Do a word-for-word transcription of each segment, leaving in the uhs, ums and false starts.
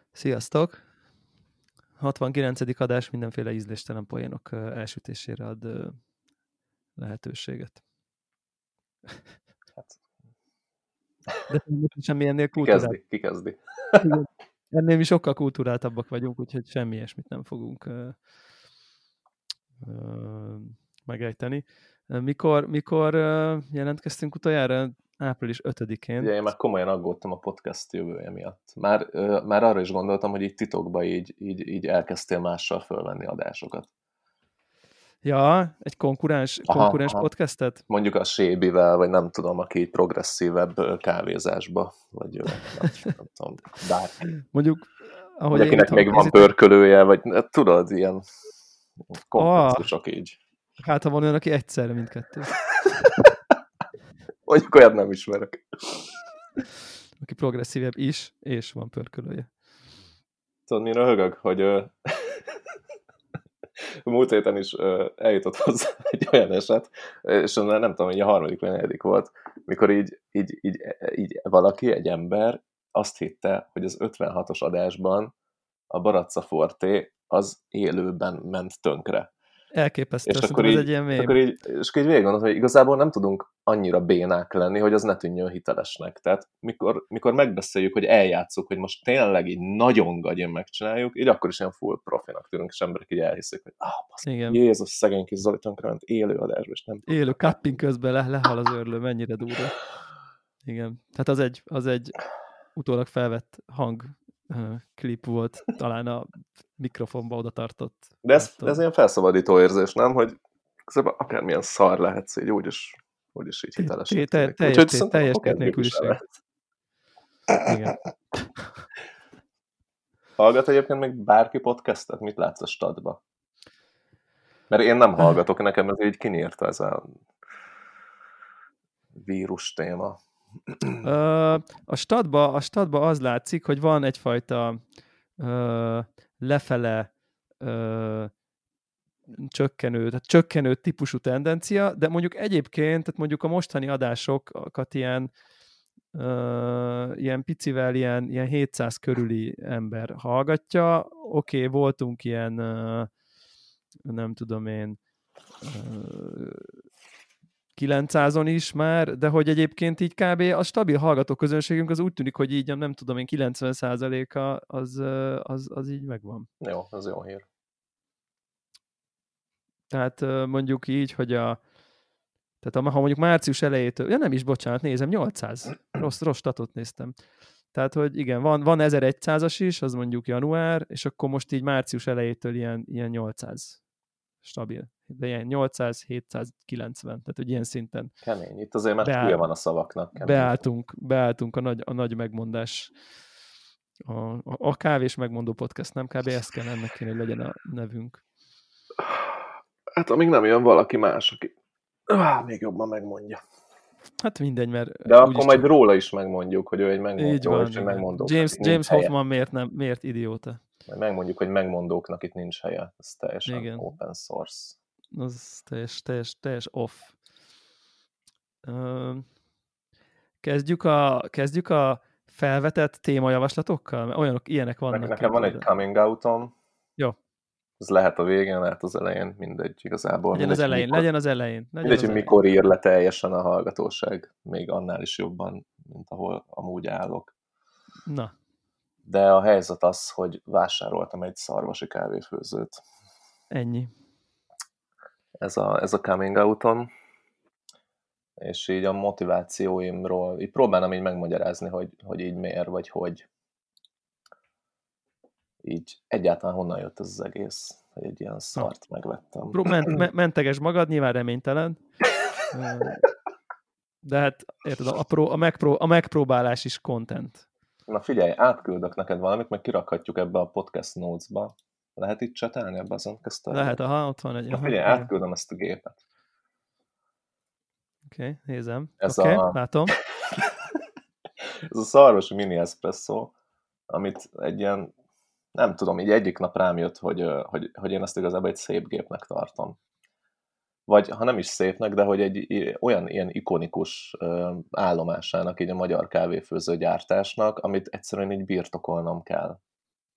Sziasztok! hatvankilencedik adás mindenféle ízléstelen poénok elsütésére ad lehetőséget. Hát. De semmi ennél Ki kultúráltabb. kezdi? Ki kezdi? Ennél mi sokkal kultúráltabbak vagyunk, úgyhogy semmi ilyesmit nem fogunk uh, uh, megejteni. Mikor, mikor uh, jelentkeztünk utoljára? április ötödikén. Ugye én már komolyan aggódtam a podcast jövője miatt. Már, uh, már arra is gondoltam, hogy így titokban így, így, így elkezdtél mással fölvenni adásokat. Ja, egy konkurens, aha, konkurens aha. podcastet? Mondjuk a Sébivel, vagy nem tudom, aki így progresszívebb kávézásba, vagy nem, nem tudom, bárki. Mondjuk, ahogy vagy akinek még van készítek... pörkölője, vagy tudod, ilyen konkurzusok ah, így. Hát, ha van olyan, aki egyszerre mindkettő. Mondjuk olyat nem ismerek. Aki progresszívebb is, és van pörkölője. Tudod, mi röhögök, hogy uh, múlt héten is uh, eljutott hozzá egy olyan eset, és nem tudom, hogy a harmadik vagy negyedik volt, mikor így, így, így, így valaki, egy ember azt hitte, hogy az ötvenhatos adásban a Barazza Forté az élőben ment tönkre. Elképesztő, és akkor, így, ez egy ilyen és akkor így, és akkor így végig gondoltam, hogy igazából nem tudunk annyira bénák lenni, hogy az ne tűnjön hitelesnek. Tehát mikor, mikor megbeszéljük, hogy eljátszuk, hogy most tényleg így nagyon gagyin megcsináljuk, így akkor is ilyen full profinak tűnünk, és emberek így elhiszik, hogy ah, basz, Jézus, szegény kis Zoli tönkrement élő adásba, és nem élő cupping közben le, lehal az őrlő, mennyire durva. Igen, tehát az egy, az egy utólag felvett hang uh, klip volt, talán a mikrofonba oda tartott. De ez, ez ilyen felszabadító érzés, nem? Hogy akármilyen szar lehetsz, így úgyis, úgyis így hitelesnek tűnik. Teljes nélküliség. Igen. Hallgat egyébként még bárki podcastet? Mit látsz a stadba? Mert én nem hallgatok, nekem ez így kinyírta ez a vírus téma. A stadba, a stadba az látszik, hogy van egyfajta uh, lefele uh, csökkenő, tehát csökkenő típusú tendencia, de mondjuk egyébként, tehát mondjuk a mostani adásokat ilyen uh, ilyen picivel, ilyen, ilyen hétszáz körüli ember hallgatja. Oké, okay, voltunk ilyen uh, nem tudom én uh, kilencszázon is már, de hogy egyébként így kb. A stabil hallgatóközönségünk az úgy tűnik, hogy így nem tudom én kilencven százaléka az, az, az így megvan. Jó, az jó hír. Tehát mondjuk így, hogy a tehát ha mondjuk március elejétől, ja nem is, bocsánat, nézem, nyolcszáz. Rossz, rossz statot néztem. Tehát, hogy igen, van, van ezerszázas is, az mondjuk január, és akkor most így március elejétől ilyen, ilyen nyolcszáz stabil. De ilyen nyolcszáz, hétszáz, kilencven, tehát hogy ilyen szinten. Kemény, itt azért már Beáll, van a szavaknak. Kemény. Beálltunk, beálltunk a nagy, a nagy megmondás, a, a, a kávés megmondó podcast, nem kb. Ezt kell, ennek kéne, hogy legyen a nevünk. Hát amíg nem jön valaki más, aki ah, még jobban megmondja. Hát mindegy, mert... De akkor majd csak... róla is megmondjuk, hogy ő egy megmondó, van, és egy megmondó. James, James Hoffman miért, nem, miért idióta? Majd megmondjuk, hogy megmondóknak itt nincs helye. Ez teljesen igen. Open source. Az teljes, teljes, teljes off. Kezdjük a, kezdjük a felvetett témajavaslatokkal? Mert olyanok, ilyenek vannak. Nekem van egy coming out-om. Jó. Ez lehet a végén, lehet az elején, mindegy igazából. Legyen mindegy, az elején, mikor, legyen az elején. Legyen mindegy, az hogy elején. mikor ír le teljesen a hallgatóság. Még annál is jobban, mint ahol amúgy állok. Na. De a helyzet az, hogy vásároltam egy szarvasi kávéfőzőt. Ennyi. Ez a, ez a coming out-om. És így a motivációimról, így próbálom így megmagyarázni, hogy, hogy így miért, vagy hogy. Így egyáltalán honnan jött ez az egész, hogy egy ilyen szart Na. megvettem. Ment, me- menteges magad, nyilván reménytelen. De hát érted, a, pró, a, megpró, a megpróbálás is content. Na figyelj, átküldök neked valamit, meg kirakhatjuk ebbe a podcast notes-ba. Lehet itt csetelni ebbe az önkeztel? Lehet, aha, ott van egy. Na figyelj, aha, átküldöm igen. ezt a gépet. Oké, okay, nézem. Oké, okay, a... látom. Ez a szarvasi mini espresso, amit egy ilyen, nem tudom, így egyik nap rám jött, hogy, hogy, hogy én ezt igazából egy szép gépnek tartom. Vagy ha nem is szépnek, de hogy egy olyan ilyen ikonikus állomásának így a magyar kávéfőző gyártásnak, amit egyszerűen így birtokolnom kell.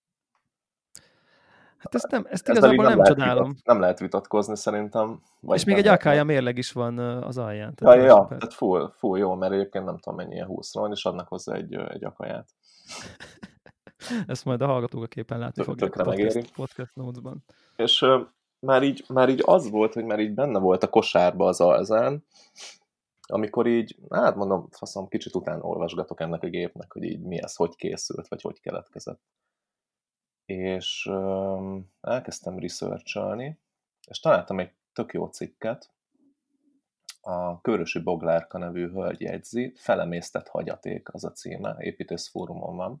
Hát ezt, nem, ezt Ezzel így igazából nem nem lehet, csodálom. vitat, nem lehet vitatkozni szerintem. Vagy És még nem egy lehet. Akaya mérleg is van az alján. Ja, Tehát ja, az ja, szuper. tehát full, full jó, mert egyébként nem tudom mennyi ilyen húszra van, és adnak hozzá egy, egy Akaját. Ezt majd a hallgatók a képen látni Tök, fogják a tökre megéri. podcast, podcast notes-ban. És uh, már, így, már így az volt, hogy már így benne volt a kosárba az alzán, amikor így, hát mondom, faszom, kicsit után olvasgatok ennek a gépnek, hogy így mi ez, hogy készült, vagy hogy keletkezett. És um, elkezdtem researcholni, és találtam egy tök jó cikket, a Körösi Boglárka nevű hölgy jegyzi, Felemésztett hagyaték az a címe, építészfórumon van.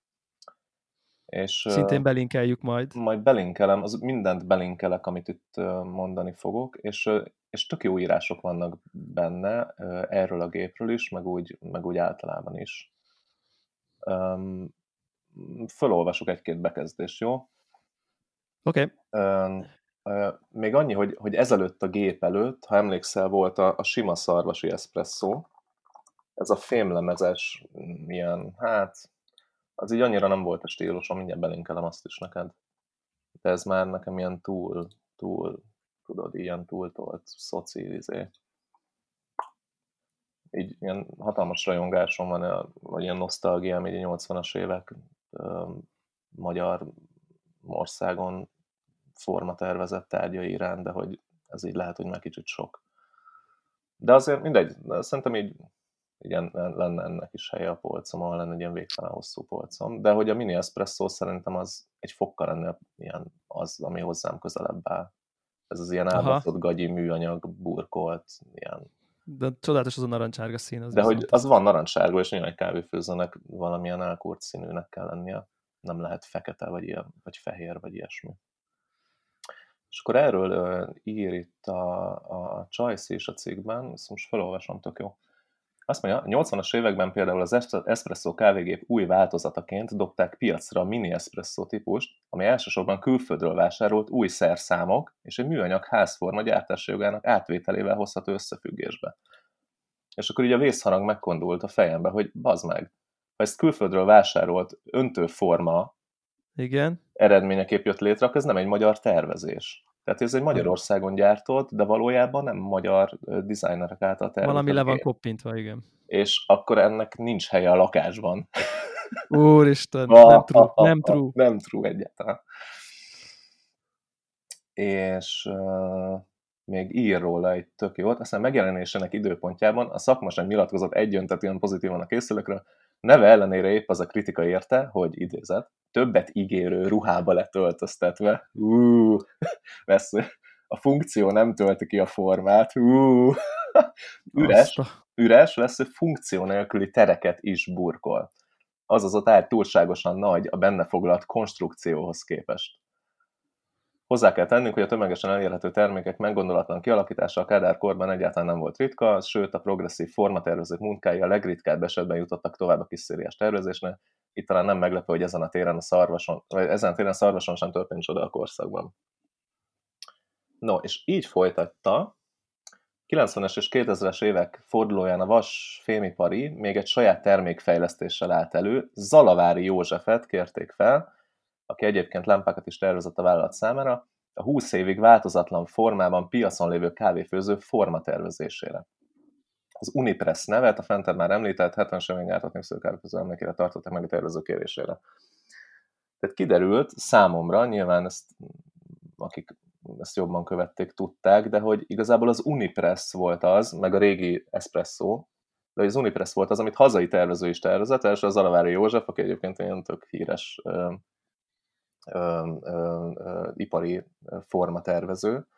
És, Szintén belinkeljük majd. Majd belinkelem, az mindent belinkelek, amit itt mondani fogok, és, és tök jó írások vannak benne erről a gépről is, meg úgy, meg úgy általában is. Um, fölolvasok egy-két bekezdést, jó? Oké. Okay. Um, uh, még annyi, hogy, hogy ezelőtt a gép előtt, ha emlékszel, volt a, a sima szarvasi eszpresszó. Ez a fémlemezes ilyen, hát, az így annyira nem volt a stílusom, mindjárt belinkelem azt is neked. De ez már nekem ilyen túl, túl, tudod, ilyen túltolt szoci, izé. Így ilyen hatalmas rajongásom van, vagy ilyen nosztalgiám, így a nyolcvanas évek ö, magyar országon formatervezett tárgyai iránt, de hogy ez így lehet, hogy már kicsit sok. De azért mindegy, szerintem így igen, lenne ennek is helye a polcomon, lenne egy ilyen végtelen hosszú polcom, de hogy a mini espresso szerintem az egy fokkal ennél ilyen az, ami hozzám közelebb áll. Ez az ilyen elbaszott gagyi műanyag burkolt, ilyen. De csodálatos az a narancsárga szín. Az de hogy az van narancsárga, és nyilván egy kávéfőzőnek valamilyen elkúrt színűnek kell lennie. Nem lehet fekete, vagy, ilyen, vagy fehér, vagy ilyesmi. És akkor erről uh, ír itt a, a Csajci is a cikkben, ezt most felolvasom, tök jó. Azt mondja, a nyolcvanas években például az espresszó kávégép új változataként dobták piacra a mini espresszó típust, ami elsősorban külföldről vásárolt új szerszámok és egy műanyag házforma gyártási jogának átvételével hozható összefüggésbe. És akkor így a vészharang megkondult a fejembe, hogy bazd meg, ha ezt külföldről vásárolt öntőforma Igen. eredményeképp jött létre, akkor ez nem egy magyar tervezés. Tehát ez egy Magyarországon gyártott, de valójában nem magyar designerek által tervezett. Valami le van koppintva, igen. És akkor ennek nincs helye a lakásban. Úristen, a, nem true, a, a, nem a, true. Nem true egyáltalán. És uh, még ír róla egy tök jót, aztán megjelenésének időpontjában a szakma sem nyilatkozott egyöntetűen pozitívan a készülékről, neve ellenére épp az a kritika érte, hogy idézet, többet ígérő ruhába lett öltöztetve. Uh, vesző. A funkció nem tölti ki a formát. Uh, üres, üres, vesző funkció nélküli tereket is burkol. Azaz a tárgy túlságosan nagy a benne foglalt konstrukcióhoz képest. Hozzá kell tennünk, hogy a tömegesen elérhető termékek meggondolatlan kialakítása a Kádár korban egyáltalán nem volt ritka, sőt a progresszív formatervezők munkái a legritkább esetben jutottak tovább a kisszériás tervezésnél. Itt talán nem meglepő, hogy ezen a téren a szarvason, vagy ezen a téren a szarvason sem történt csoda a korszakban. No, és így folytatta, kilencvenes és kétezres évek fordulóján a vas fémipari még egy saját termékfejlesztéssel állt elő, Zalavári Józsefet kérték fel, aki egyébként lámpákat is tervezett a vállalat számára, a húsz évig változatlan formában piacon lévő kávéfőző formatervezésére. Az Unipress nevet a fentebb már említett hetvenes években gyártott népszerű kávéfőző emlékére tartották meg a tervező kérésére. Tehát kiderült számomra, nyilván ezt, akik ezt jobban követték, tudták, de hogy igazából az Unipress volt az, meg a régi Espresso, de az Unipress volt az, amit hazai tervező is tervezett, első az Alavári József, aki egyébként olyan tök híres ö, ö, ö, ö, ipari formatervező.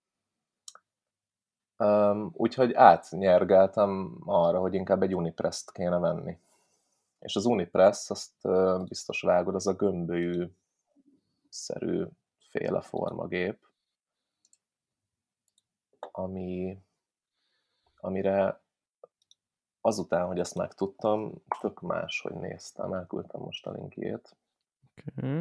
Ö, úgyhogy átnyergáltam arra, hogy inkább egy Unipress-t kéne venni. És az Unipress, azt ö, biztos vágod, az a gömbölyű szerű féle formagép, ami, amire azután, hogy ezt megtudtam, tök máshogy néztem, elküldtem most a linkjét. Okay.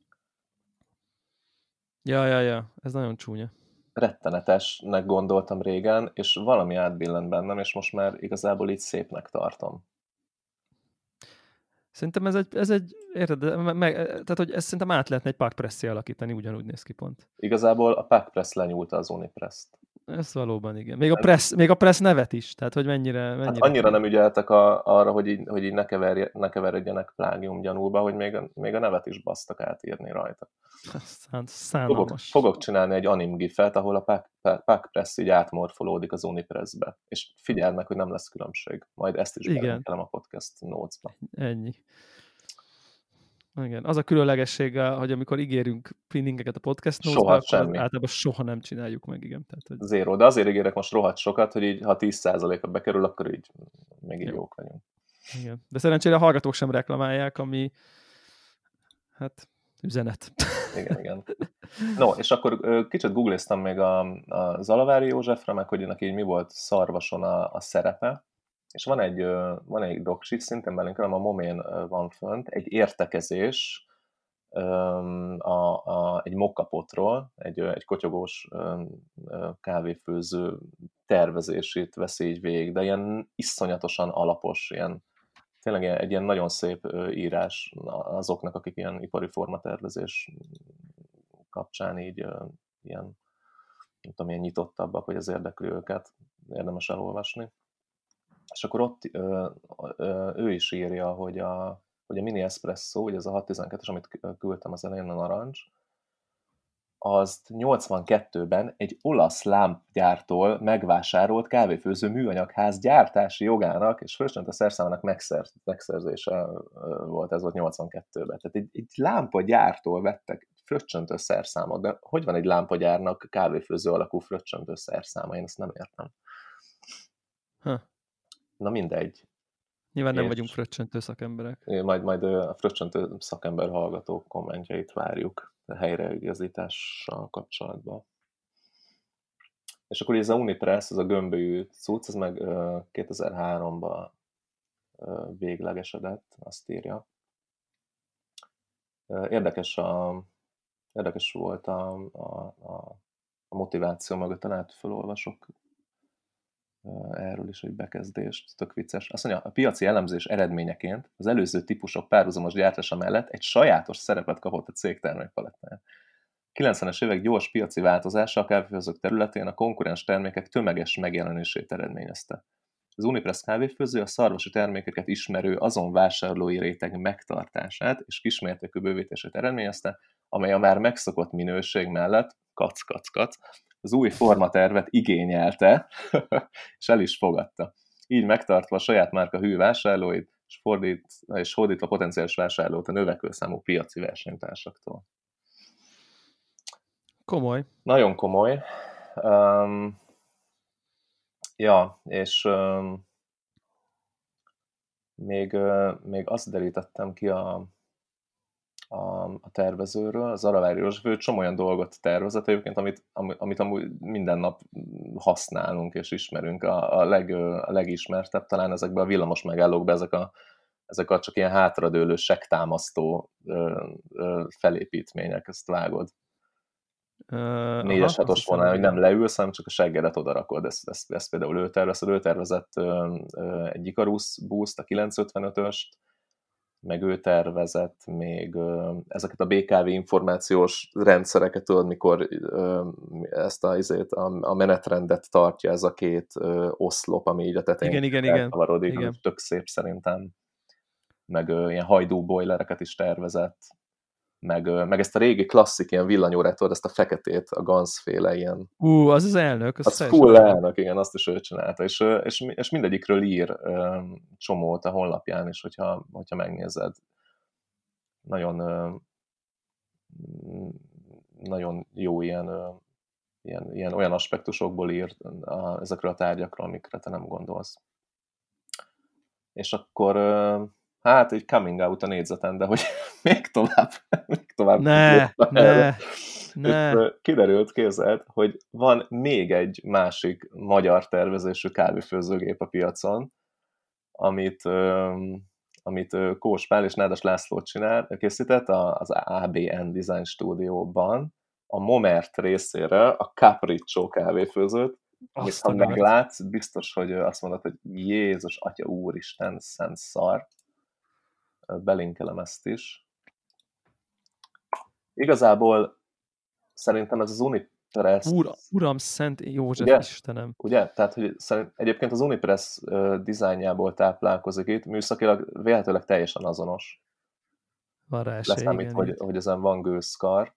Ja, ja, ja, ez nagyon csúnya. Rettenetesnek gondoltam régen, és valami átbillent bennem, és most már igazából így szépnek tartom. Szerintem ez egy, ez egy érted, meg, tehát hogy ezt szerintem át lehetne egy parkpresszé alakítani, ugyanúgy néz ki pont. Igazából a Packpress lenyúlta az Unipress-t. Ez valóban igen. Még a press, még a press nevet is, tehát hogy mennyire... Hát mennyire annyira nem ügyeltek a, arra, hogy így, hogy így ne, keverje, ne keveredjenek plágium gyanúba, hogy még a, még a nevet is basztak átírni rajta. Szán, Fogok, szánalmas. fogok csinálni egy anim gifet, ahol a Pack, Pack, Packpress így átmorfolódik az Unipressbe. És figyeld meg, hogy nem lesz különbség. Majd ezt is belinkelem a podcast notesba. Ennyi. Igen. Az a különlegessége, hogy amikor ígérünk pinningeket a podcast notes-ba, akkor semmi. általában soha nem csináljuk meg, igen. Tehát, hogy... Zéro, de azért ígérek most rohadt sokat, hogy így, ha tíz százaléka bekerül, akkor így még így Jó. jók vagyunk. Igen. De szerencsére a hallgatók sem reklamálják, ami hát üzenet. Igen, igen. No, és akkor kicsit googliztam még a, a Zalavári Józsefre, meg hogy neki mi volt Szarvason a, a szerepe, és van egy, van egy doksi, szintén belinkelem, a Momén van fönt, egy értekezés a, a, egy mokkapotról, egy, egy kotyogós kávéfőző tervezését veszi így végig, de ilyen iszonyatosan alapos, ilyen, tényleg egy ilyen nagyon szép írás azoknak, akik ilyen ipari formatervezés kapcsán így ilyen, nem tudom, ilyen nyitottabbak, vagy az érdekli őket, érdemes elolvasni. És akkor ott ö, ö, ő is írja, hogy a, hogy a mini espresso, ugye ez a hatszáztizenkettes, amit küldtem az elején, a narancs, azt nyolcvankettőben egy olasz lámpgyártól megvásárolt kávéfőző műanyagház gyártási jogának és fölöslegente szerszámának megszer, megszerzése volt, ez volt nyolcvankettőben. Tehát egy, egy lámpagyártól vettek fröccsöntő szerszámot, de hogy van egy lámpagyárnak kávéfőző alakú fröccsöntő szerszáma? Én ezt nem értem. Ha. Na mindegy. Nyilván nem és vagyunk fröccsöntő szakemberek. Majd, majd a fröccsöntő szakember hallgatók kommentjeit várjuk a helyreigazítással kapcsolatban. És akkor ez a Unipress, ez a gömbölyű cucc, ez meg kétezer-háromban véglegesedett, azt írja. Érdekes, a, érdekes volt a, a, a, a motiváció mögött, talán felolvasok erről is egy bekezdést, tök vicces. Azt mondja, a piaci elemzés eredményeként az előző típusok párhuzamos gyártása mellett egy sajátos szerepet kapott a cég termékpalettáján. kilencvenes évek gyors piaci változása a kávéfőzők területén a konkurens termékek tömeges megjelenését eredményezte. Az Unipress kávéfőző a szarvasi termékeket ismerő azon vásárlói réteg megtartását és kismértékű bővítését eredményezte, amely a már megszokott minőség mellett, kac, kac, kac, az új formatervet igényelte, és el is fogadta. Így megtartva a saját márka hű vásárlóit, és, fordít, és hódítva potenciális vásárlót a növekvő számú piaci versenytársaktól. Komoly. Nagyon komoly. Um, ja, és um, még, uh, még azt derítettem ki a, a, a tervezőről, az Zalavári József, ő csomó olyan dolgot tervezett egyébként, amit, amit amúgy minden nap használunk és ismerünk. A, a, leg, a legismertebb talán ezekben a villamos megállókban ezek a, ezek a csak ilyen hátradőlő seggtámasztó ö, ö, felépítmények, ezt vágod. Uh, négyes hatos vonal, hogy nem leülsz, hanem csak a seggedet odarakod. Ezt, ezt, ezt például ő tervezett. Ő tervezett ö, ö, egy Icarus Boost, a kilencszázötvenötöst, meg ő tervezett még ö, ezeket a bé ká vé információs rendszereket, tudod, mikor ö, ezt a, azért, a, a menetrendet tartja ez a két ö, oszlop, ami így a tetején igen, igen, elkavarodik, igen. ami tök szép szerintem. Meg ö, ilyen hajdú bojlereket is tervezett. Meg, meg ezt a régi klasszik ilyen villanyórát, tudod, ezt a feketét, a Gans-féle ilyen. Ú, uh, az az elnök. Az, az full elnök, igen, azt is ő csinálta, és, és, és mindegyikről ír um, csomót a honlapján is, hogyha, hogyha megnézed. Nagyon um, nagyon jó ilyen, um, ilyen, ilyen olyan aspektusokból ír a, ezekről a tárgyakról, amikre te nem gondolsz. És akkor um, hát egy coming out a négyzeten, de hogy még tovább, még tovább. Ne, ne, ne. És kiderült, képzeld, hogy van még egy másik magyar tervezésű kávéfőzőgép a piacon, amit, amit Kós Pál és Nádas László csinál, készített az á bé en Design Stúdióban a Momert részére a Capriccio kávéfőzőt, amit ha meglátsz, biztos, hogy azt mondod, hogy Jézus, Atya Úristen, szent szar. belinkelem ezt is. Igazából szerintem ez az Unipress... Ura, uram, Szent József ugye? Istenem. Ugye? Tehát, hogy szerint, egyébként az Unipress uh, dizájnjából táplálkozik itt, műszakilag véletlenül teljesen azonos. Van rá esély, Leszámít, igen. hogy, hogy ezen van gőzkar.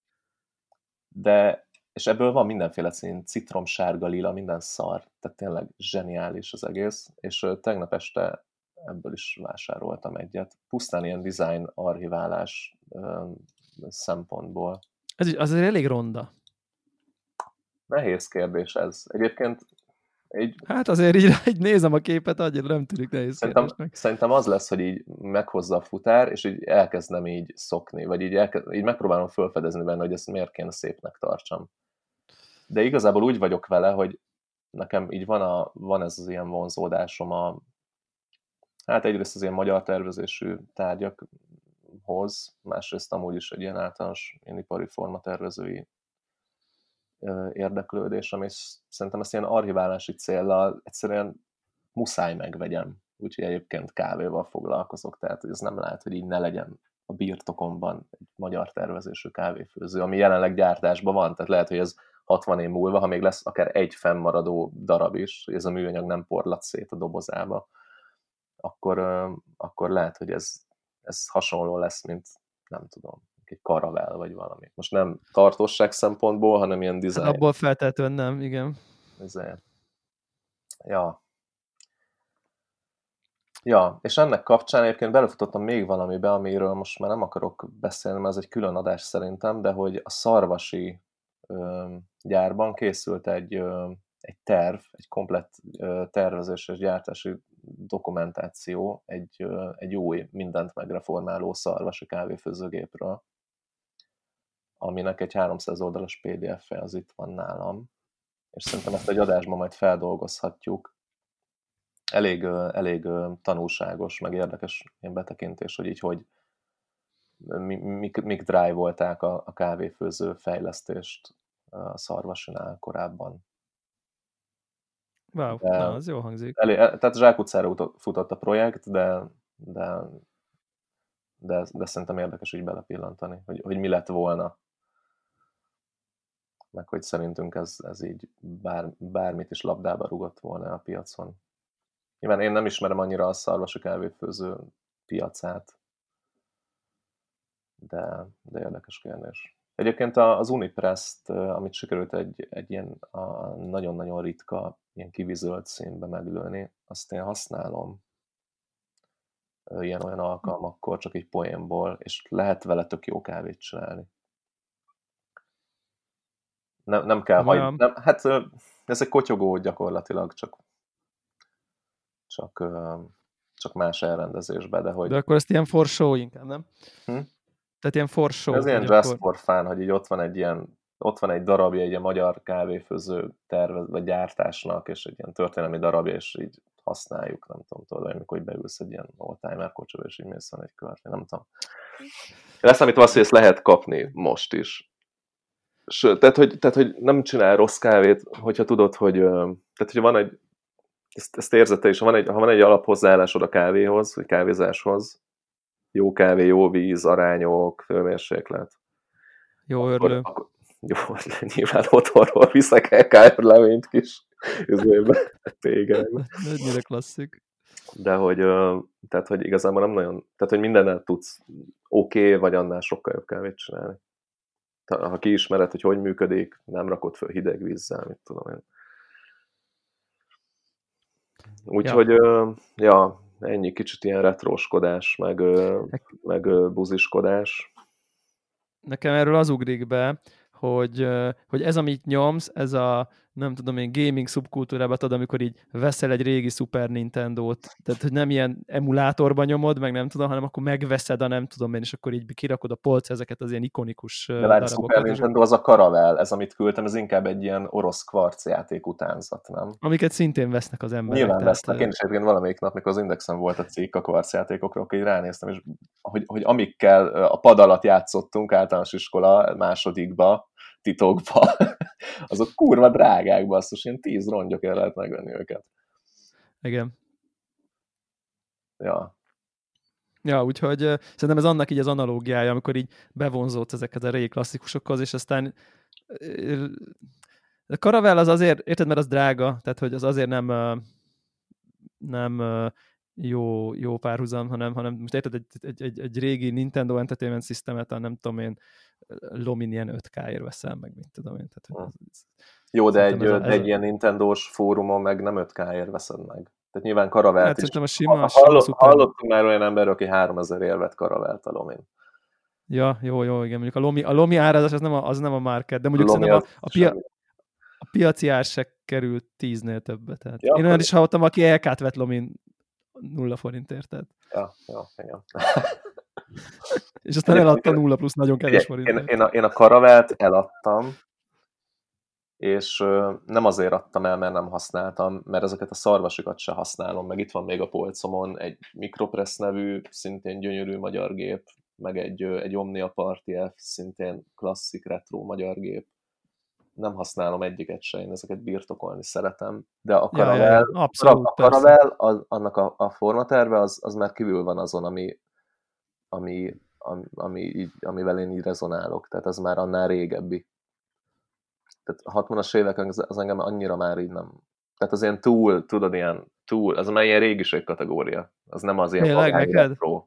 De, és ebből van mindenféle szín, citrom, sárga, lila, minden szar. Tehát tényleg zseniális az egész. És uh, tegnap este ebből is vásároltam egyet. Pusztán ilyen design archiválás uh, szempontból. Ez is azért elég ronda. Nehéz kérdés ez. Egyébként így... Hát azért így, így nézem a képet, annyira nem tűnik nehéz szerintem, kérdésnek. szerintem az lesz, hogy így meghozza a futár, és így elkezdem így szokni, vagy így, elkezd, így megpróbálom felfedezni benne, hogy ezt miért kéne szépnek tartsam. De igazából úgy vagyok vele, hogy nekem így van, a, van ez az ilyen vonzódásom a, hát egyrészt az ilyen magyar tervezésű tárgyakhoz, másrészt amúgy is egy ilyen általános ilyen ipari formatervezői érdeklődésem, és szerintem ezt ilyen archiválási céllal egyszerűen muszáj megvegyem. Úgyhogy egyébként kávéval foglalkozok, tehát ez nem lehet, hogy így ne legyen a birtokomban egy magyar tervezésű kávéfőző, ami jelenleg gyártásban van, tehát lehet, hogy ez hatvan év múlva, ha még lesz akár egy fennmaradó darab is, hogy ez a műanyag nem porlat szét a dobozába, akkor, akkor lehet, hogy ez, ez hasonló lesz, mint nem tudom, egy karavel, vagy valami. Most nem tartóság szempontból, hanem ilyen design. Hát abból feltétlenül nem, igen. Ezért. Ja. Ja, és ennek kapcsán egyébként belefutottam még valamibe, amiről most már nem akarok beszélni, mert ez egy külön adás szerintem, de hogy a szarvasi ö, gyárban készült egy, ö, egy terv, egy komplett ö, tervezés és gyártási dokumentáció egy, ö, egy új, mindent megreformáló szarvasi kávéfőzőgépről, aminek egy háromszáz oldalas pé dé ef-e az itt van nálam, és szerintem ezt egy adásban majd feldolgozhatjuk. Elég, elég tanulságos, meg érdekes ilyen betekintés, hogy így hogy mik, mik drive-olták a, a kávéfőző fejlesztést a Szarvasinál korábban. Wow, de na, az jó hangzik. Elég, tehát zsákutcára futott a projekt, de, de, de, de szerintem érdekes így belepillantani, hogy, hogy mi lett volna. Meg hogy szerintünk ez, ez így bár, bármit is labdába rugott volna a piacon. Nyilván én nem ismerem annyira a szarvasi kávéfőző piacát, de, de érdekes kérdés. Egyébként az Unipress-t, amit sikerült egy, egy ilyen a nagyon-nagyon ritka, ilyen kivizölt színbe meglőni, azt én használom ilyen-olyan alkalmakkor, csak egy poénból, és lehet vele tök jó kávét csinálni. Nem, nem kell hagyni. Nem, hát ez egy kotyogó gyakorlatilag, csak csak, csak más elrendezésbe, de hogy... De akkor ezt ilyen for show inkább, nem? Hm? Tehát ilyen for show. Ez ilyen just akkor... for fun, hogy így ott van egy ilyen, ott van egy darabja egy magyar kávéfőző tervez, vagy gyártásnak, és egy ilyen történelmi darabja, és így használjuk, nem tudom, tudod, amikor hogy beülsz egy ilyen oldtimer kocsiba, és így mész van egy kört, nem tudom. Leszámítva azt, hogy ezt lehet kapni most is. Sőt, tehát hogy, tehát, hogy nem csinál rossz kávét, hogyha tudod, hogy, tehát, hogy van egy, ezt, ezt érzed te is, ha van egy, ha van egy alaphozzáállásod a kávéhoz, vagy kávézáshoz, jó kávé, jó víz, arányok, hőmérséklet. Jó örlő. Akkor, jó, nyilván otthonról viszek el kájörleményt kis üzőbe, tégelybe. Ennyire klasszik. De hogy, tehát, hogy igazából nem nagyon, tehát, hogy mindennel tudsz oké, okay, vagy annál sokkal jobb kávét csinálni. Ha kiismered, hogy hogy működik, nem rakod föl hideg vízzel, mit tudom én. Úgyhogy, ja. ja, ennyi kicsit ilyen retróskodás, meg, meg buziskodás. Nekem erről az ugrik be, hogy, hogy ez, amit nyomsz, ez a, nem tudom én, gaming szubkultúrában tudod, amikor így veszel egy régi Super Nintendót, tehát hogy nem ilyen emulátorban nyomod, meg nem tudom, hanem akkor megveszed a nem tudom én, és akkor így kirakod a polc ezeket az ilyen ikonikus de darabokat. De Super Nintendo az a Karavel, ez amit küldtem, ez inkább egy ilyen orosz kvarc játék utánzat, nem? Amiket szintén vesznek az emberek. Nyilván tehát... vesznek, én is egyébként valamelyik nap, mikor az Indexen volt a cikk a kvarc játékokról, akkor így ránéztem, és hogy, hogy amikkel a pad alatt játszottunk általános iskola másodikba, titokba, azok kurva drágák, basszus, ilyen tíz rongyokért lehet megvenni őket. Igen. Ja. Ja, úgyhogy uh, szerintem ez annak így az analógiája, amikor így bevonzódsz ezekhez a régi klasszikusokhoz, és aztán uh, a Caravelle az azért, érted, mert az drága, tehát hogy az azért nem uh, nem uh, jó, jó párhuzam, hanem, hanem most érted, egy, egy, egy, egy régi Nintendo Entertainment Systemet, a nem tudom én, Lomin ilyen öt ká-ért veszel meg, mint tudom én. Tehát, hogy ez, Jó, de egy, ez a, de ez egy a, ilyen Nintendo-s fórumon meg nem öt ká-ért veszed meg. Tehát nyilván Caravelt hát is. szerintem a sima, sima Hallott, szuper. hallottunk már olyan ember, aki háromezer ér vett Caravelt a Lomin. Ja, jó, jó, igen. Mondjuk a Lomi, a Lomi árazás az nem a, az nem a market, de mondjuk Lomi szerintem a, a, pia, semmi. a piaci ár se került tíznél többet. Tehát. Ja, Én olyan is hallottam, aki el ká-t vett Lomin nulla forintért. Tehát. Ja, ja, igen. És aztán eladta nulla plusz nagyon kevés forintért. Én, én, a, én a Caravelt eladtam, és nem azért adtam el, mert nem használtam, mert ezeket a szarvasikat se használom, meg itt van még a polcomon egy Micropress nevű, szintén gyönyörű magyar gép, meg egy, egy Omnia Party F, szintén klasszik retro magyar gép. Nem használom egyiket se, én ezeket birtokolni szeretem, de a Caravelle, ja, ja, ja. Abszolút, a Caravelle az, annak a, a formaterve az, az már kívül van azon, ami, ami, ami, ami így, amivel én így rezonálok, tehát az már annál régebbi. Tehát a hatvanas évek az engem annyira már így nem... Tehát az ilyen túl, tudod, ilyen túl, az már ilyen régiség kategória. Az nem az ilyen Tényleg, neked? retro.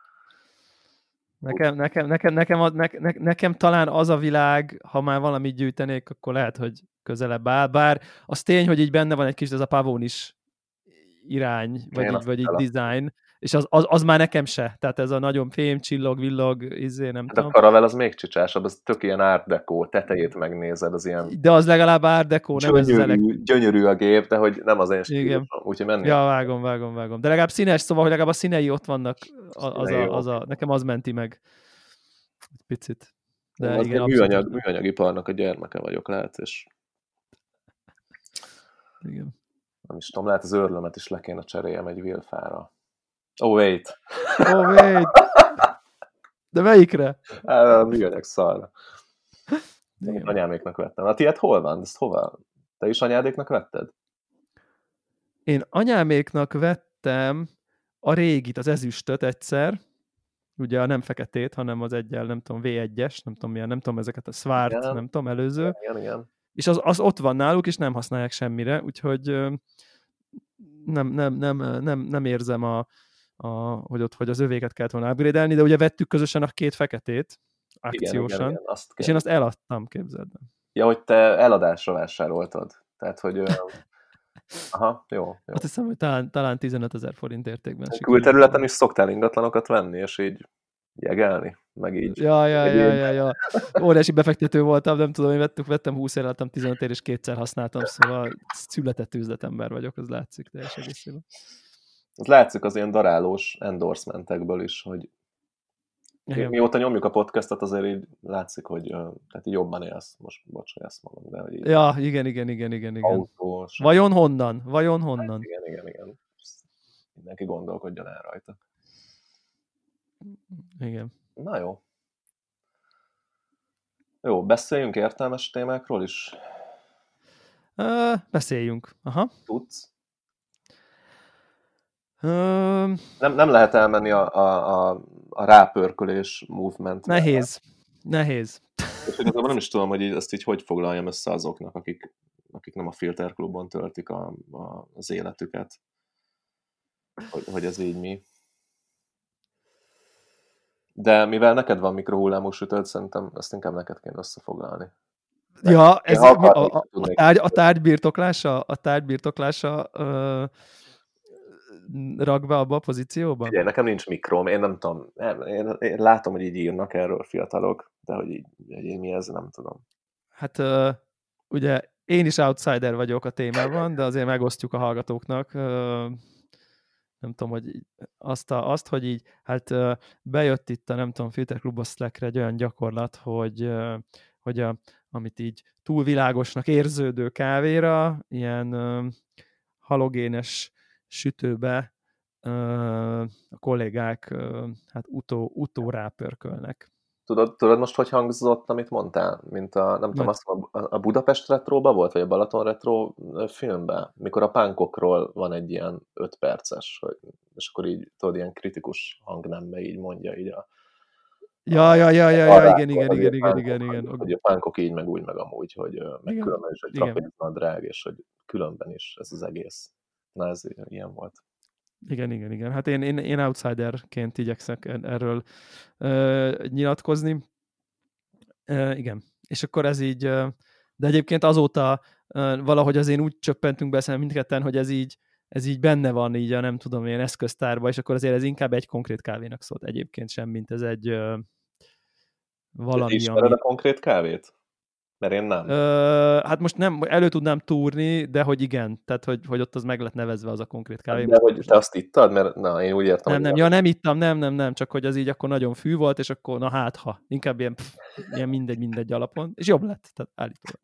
Nekem, nekem, nekem, nekem, ne, ne, nekem talán az a világ, ha már valamit gyűjtenék, akkor lehet, hogy közelebb áll. Bár az tény, hogy így benne van egy kis ez a pavón is irány, vagy Én így, vagy így eladtam. design, és az, az, az már nekem se. Tehát ez a nagyon fém, csillog, villog, izé, nem Hát tudom. a Caravelle az még csicsásabb, az tök ilyen art deco, tetejét megnézed, az ilyen De az legalább art deco, nem ez az elek... gyönyörű, gyönyörű a gép, de hogy nem az én stílusom, úgyhogy menni. Ja, vágom, vágom, vágom. De legalább színes, szóval, hogy legalább a színei ott vannak, az a, az a, nekem az menti meg picit. De az igen, egy műanyag, műanyagiparnak a gyermeke vagyok, lehet, és igen. nem is tudom, lehet az őrlömet is le kéne cseréljem egy vilfára. Oh, wait! Oh, wait! De melyikre? A műanyag szarra. Igen. Anyáméknak vettem. A tiéd hol van? Ezt hova? Te is anyádéknak vetted? Én anyáméknak vettem a régit, az ezüstöt egyszer, ugye a nem feketét, hanem az egyel, nem tudom, vé egyes, nem tudom milyen, nem tudom ezeket a Swart, Igen. nem tudom, előző. Igen, igen. És az, az ott van náluk, és nem használják semmire, úgyhogy nem, nem, nem, nem, nem érzem, a, a, hogy ott hogy az övéket kellett volna upgrade-elni, de ugye vettük közösen a két feketét, akciósan, igen, igen, igen, azt és én azt eladtam, képzeld. Ja, hogy te eladásra vásároltad. Tehát, hogy... Aha, jó. jó. Azt hiszem, hogy talán, talán tizenötezer forint értékben. Külterületen is szoktál ingatlanokat venni, és így jegelni, meg így. Ja, ja, meg ja, így. ja, ja. Óriási befektető voltam, nem tudom, én vettük, vettem húsz ér, láttam tizenöt ér, és kétszer használtam, szóval született üzletember vagyok, az látszik teljes egészében. Ez látszik az ilyen darálós endorsementekből is, hogy Igen. mióta nyomjuk a podcastot, azért így látszik, hogy tehát így jobban élsz. Most bocs, hogy ezt mondom, de hogy így ja, igen, igen, igen, igen, igen. autós. Vajon honnan? Vajon honnan? Hát igen, igen, igen. Mindenki gondolkodjon el rajta. Igen. Na jó. Jó, beszéljünk értelmes témákról is. Uh, beszéljünk. Aha. Tudsz? Uh, nem, nem lehet elmenni a, a, a, a rápörkölés movement. Nehéz. Mellett. Nehéz. És igazából nem is tudom, hogy ezt így hogy foglaljam össze azoknak, akik, akik nem a Filter Klubon töltik a, a, az életüket. Hogy, hogy ez így mi. De mivel neked van mikrohullámú sütőd, szerintem ezt inkább neked kéne összefoglalni. Ja, ez a, a, a, a, tárgy, a tárgybirtoklása, a tárgybirtoklása uh, rak be abba a pozícióba? Ugye, nekem nincs mikrom, én nem tudom, én, én látom, hogy így írnak erről fiatalok, de hogy így, így mi ez, nem tudom. Hát uh, ugye én is outsider vagyok a témában, de azért megosztjuk a hallgatóknak. Uh, nem tudom, hogy azt, a, azt hogy így, hát uh, bejött itt a, nem tudom, Filter Klubba Slackre egy olyan gyakorlat, hogy, uh, hogy a, amit így túlvilágosnak érződő kávéra, ilyen uh, halogénes sütőbe uh, a kollégák uh, hát utó, utó rápörkölnek. Tudod, tudod most, hogy hangzott, amit mondtál? Mint a, nem tudom, azt a, a Budapest retróba volt, vagy a Balaton retro filmben, mikor a pánkokról van egy ilyen öt perces, hogy, és akkor így, tudod, ilyen kritikus hangnembe így mondja így a... Ja, ja, ja, ja, ja, igen, igen, igen, igen, igen, igen. Hogy a pánkok így, meg úgy, meg amúgy, hogy meg igen, különben is, hogy trapéznadrág, és hogy különben is ez az egész. Na, ez ilyen volt. Igen, igen, igen. Hát én, én, én outsiderként igyekszek erről uh, nyilatkozni. Uh, igen. És akkor ez így, uh, de egyébként azóta uh, valahogy azért úgy csöppentünk be mindketten, hogy ez így, ez így benne van így a nem tudom ilyen eszköztárba, és akkor azért ez inkább egy konkrét kávénak szólt egyébként sem, mint ez egy uh, valami, ismered ami... a konkrét kávét? Mert én nem. Ö, hát most nem, elő tudnám túrni, de hogy igen, tehát hogy, hogy ott az meg lett nevezve az a konkrét kávé. De hogy te azt ittad? Mert na, én úgy értem, Nem, nem, ja nem ittam, nem, nem, nem, csak hogy az így akkor nagyon fű volt, és akkor na hát ha, inkább ilyen, pff, ilyen mindegy, mindegy alapon, és jobb lett, tehát állítólag.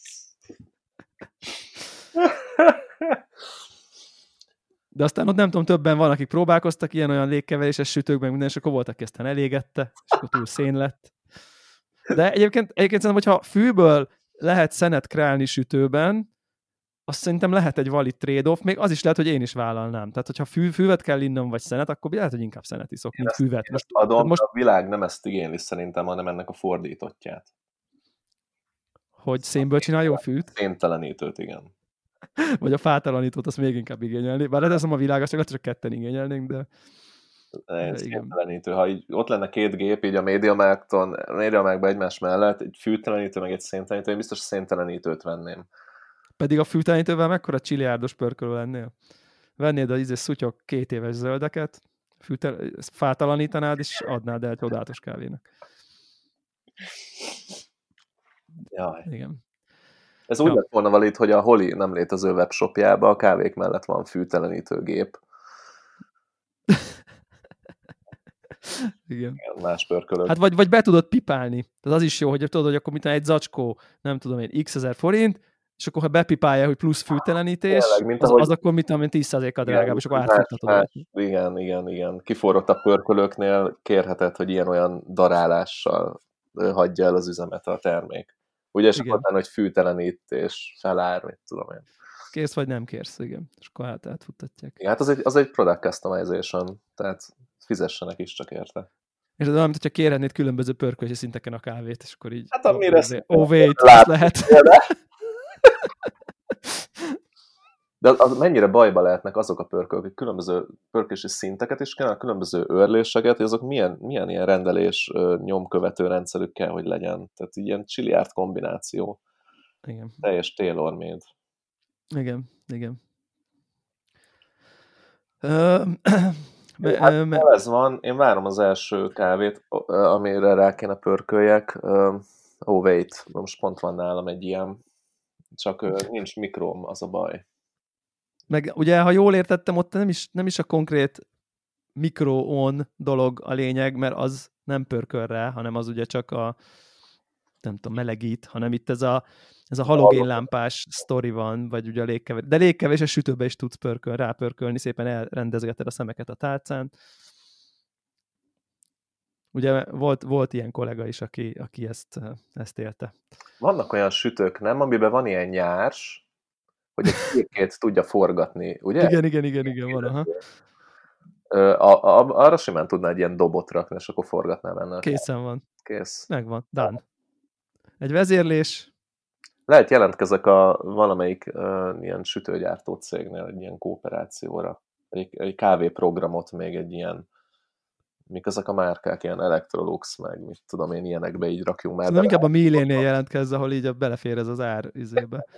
De aztán ott nem tudom, többen van, akik próbálkoztak ilyen-olyan légkeveréses sütők, meg minden, és akkor voltak, aztán elégette, és akkor túl szén lett. De egyébként, egyébként szerintem, hogyha fűből lehet szenet kreálni sütőben, azt szerintem lehet egy valid trade-off, még az is lehet, hogy én is vállalnám. Tehát, hogyha fű, füvet kell innom, vagy szenet, akkor lehet, hogy inkább szenet iszok, mint ezt, füvet. Most, adom, most... a világ nem ezt igényli szerintem, hanem ennek a fordítottját. Hogy szénből csináljon fűt? Széntelenítőt, igen. Vagy a fátalanítót, azt még inkább igényelni. Bár ez a világ, azt csak, csak ketten igényelnénk, de... Egy széntelenítő. Ha így, ott lenne két gép, így a MediaMarkton, MediaMarkban egymás mellett, egy fűtelenítő, meg egy széntelenítő, én biztos széntelenítőt venném. Pedig a fűtelenítővel mekkora csiliárdos pörkölő lennél? Vennéd az ízes szutyok két éves zöldeket, fűtel, fátalanítanád, és adnád el csodálatos kávénak. Jaj. Igen. Ez úgy ja. lett volna valid, hogy a Holi nem létező webshopjában a kávék mellett van fűtelenítő gép. Igen. Igen, más pörkölök. Hát vagy, vagy be tudod pipálni. Tehát az is jó, hogy tudod, hogy akkor mit egy zacskó, nem tudom én, x ezer forint, és akkor ha bepipálja, hogy plusz fűtelenítés, Tényleg, mint az, ahogy... az akkor mit tudom én, tíz százalékkal drágább, és akkor átfuttatod. Igen, igen, igen. Kiforrott a pörkölőknél kérheted, hogy ilyen-olyan darálással hagyja el az üzemet a termék. Ugye, és akkor hogy fűtelenítés, felár, mit tudom én. Kérsz vagy nem kérsz, igen. És akkor hát átfuttatják. Igen, hát az egy, az egy product customization, tehát fizessenek is csak érte. És az olyan, hogyha kérhetnéd különböző pörkölési szinteken a kávét, és akkor így... Hát amire ezt... Oh, wait, ezt lehet. De az mennyire bajba lehetnek azok a pörkölök, hogy különböző pörkölési szinteket is kell, különböző őrléseket, hogy azok milyen, milyen ilyen rendelés nyomkövető rendszerük kell, hogy legyen. Tehát ilyen csiliárd kombináció. Igen. Teljes tailor-made. Igen, igen. Uh, me, hát, me, ez van, én várom az első kávét, amire rá kéne pörköljek. Oh, wait, most pont van nálam egy ilyen, csak nincs mikrom, az a baj. Meg ugye, ha jól értettem, ott nem is, nem is a konkrét mikro-on dolog a lényeg, mert az nem pörköl rá, hanem az ugye csak a nem tudom, melegít, hanem itt ez a, ez a halogénlámpás sztori van, vagy ugye a légkevés. De légkevés a sütőbe is tudsz pörköl, rápörkölni, szépen elrendezgeted a szemeket a tálcán. Ugye volt, volt ilyen kollega is, aki, aki ezt, ezt élte. Vannak olyan sütők, nem? Amiben van ilyen nyárs, hogy a kékét tudja forgatni, ugye? Igen, igen, igen, igen, van, aha. A, a, arra simán tudná egy ilyen dobot rakni, és akkor forgatná benne. Készen van. Kész. Megvan, done. Egy vezérlés. Lehet jelentkezek a valamelyik uh, ilyen sütőgyártó cégnél egy ilyen kooperációra. Egy, egy kávéprogramot még egy ilyen, mik ezek a márkák, ilyen Electrolux, meg mit tudom én, ilyenekbe így rakjunk már. Nem inkább a Milénél jelentkezz, ahol így belefér ez az ár izébe.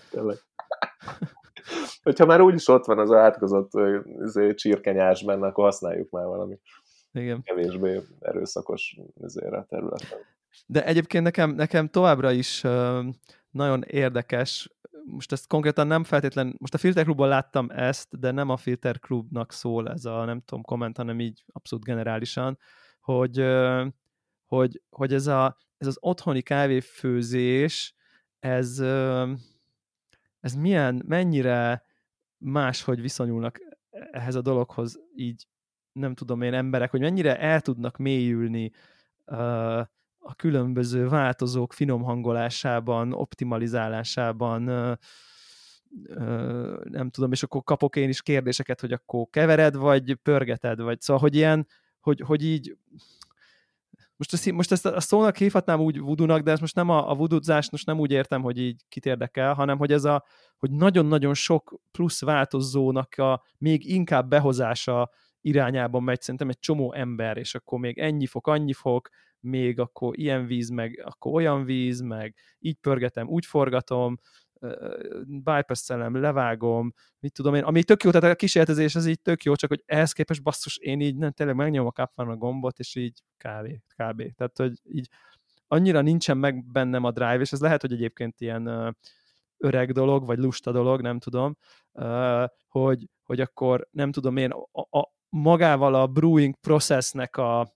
Hogyha már úgyis ott van az átkozott izé, csirkenyás benne, akkor használjuk már valami Igen. kevésbé erőszakos izére területen. De egyébként nekem, nekem továbbra is uh, nagyon érdekes, most ezt konkrétan nem feltétlen, most a Filter Clubban láttam ezt, de nem a Filter Clubnak szól ez a, nem tudom, komment, hanem így abszolút generálisan, hogy, uh, hogy, hogy ez, a, ez az otthoni kávéfőzés, ez, uh, ez milyen, mennyire máshogy viszonyulnak ehhez a dologhoz így, nem tudom én, emberek, hogy mennyire el tudnak mélyülni uh, a különböző változók finom hangolásában, optimalizálásában, nem tudom, és akkor kapok én is kérdéseket, hogy akkor kevered, vagy pörgeted, vagy szóval, hogy ilyen, hogy, hogy így most ezt, most ezt a szónak hívhatnám úgy voodoo-nak, de ezt most nem a, a voodoo-zást most nem úgy értem, hogy így kit érdekel, hanem hogy ez a, hogy nagyon-nagyon sok plusz változónak a még inkább behozása irányában megy szerintem egy csomó ember, és akkor még ennyi fok, annyi fok, még akkor ilyen víz, meg akkor olyan víz, meg így pörgetem, úgy forgatom, bypass-szelem, levágom, mit tudom én, ami tök jó, tehát a kísérletezés az így tök jó, csak hogy ehhez képest basszus, én így nem, tényleg megnyomom a Capván a gombot, és így kávé, kb. Tehát, hogy így annyira nincsen meg bennem a drive, és ez lehet, hogy egyébként ilyen uh, öreg dolog, vagy lusta dolog, nem tudom, uh, hogy, hogy akkor nem tudom én, a, a, magával a brewing processnek a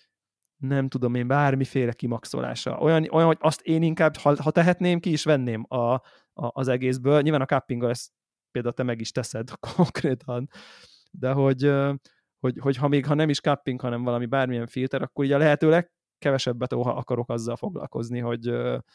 nem tudom én, bármiféle kimaxolása. Olyan, olyan hogy azt én inkább, ha, ha tehetném, ki is venném a, a, az egészből. Nyilván a cuppinggal ezt például te meg is teszed konkrétan, de hogy, hogy, hogy ha még ha nem is cupping, hanem valami bármilyen filter, akkor így a lehetőleg kevesebbet akarok azzal foglalkozni, hogy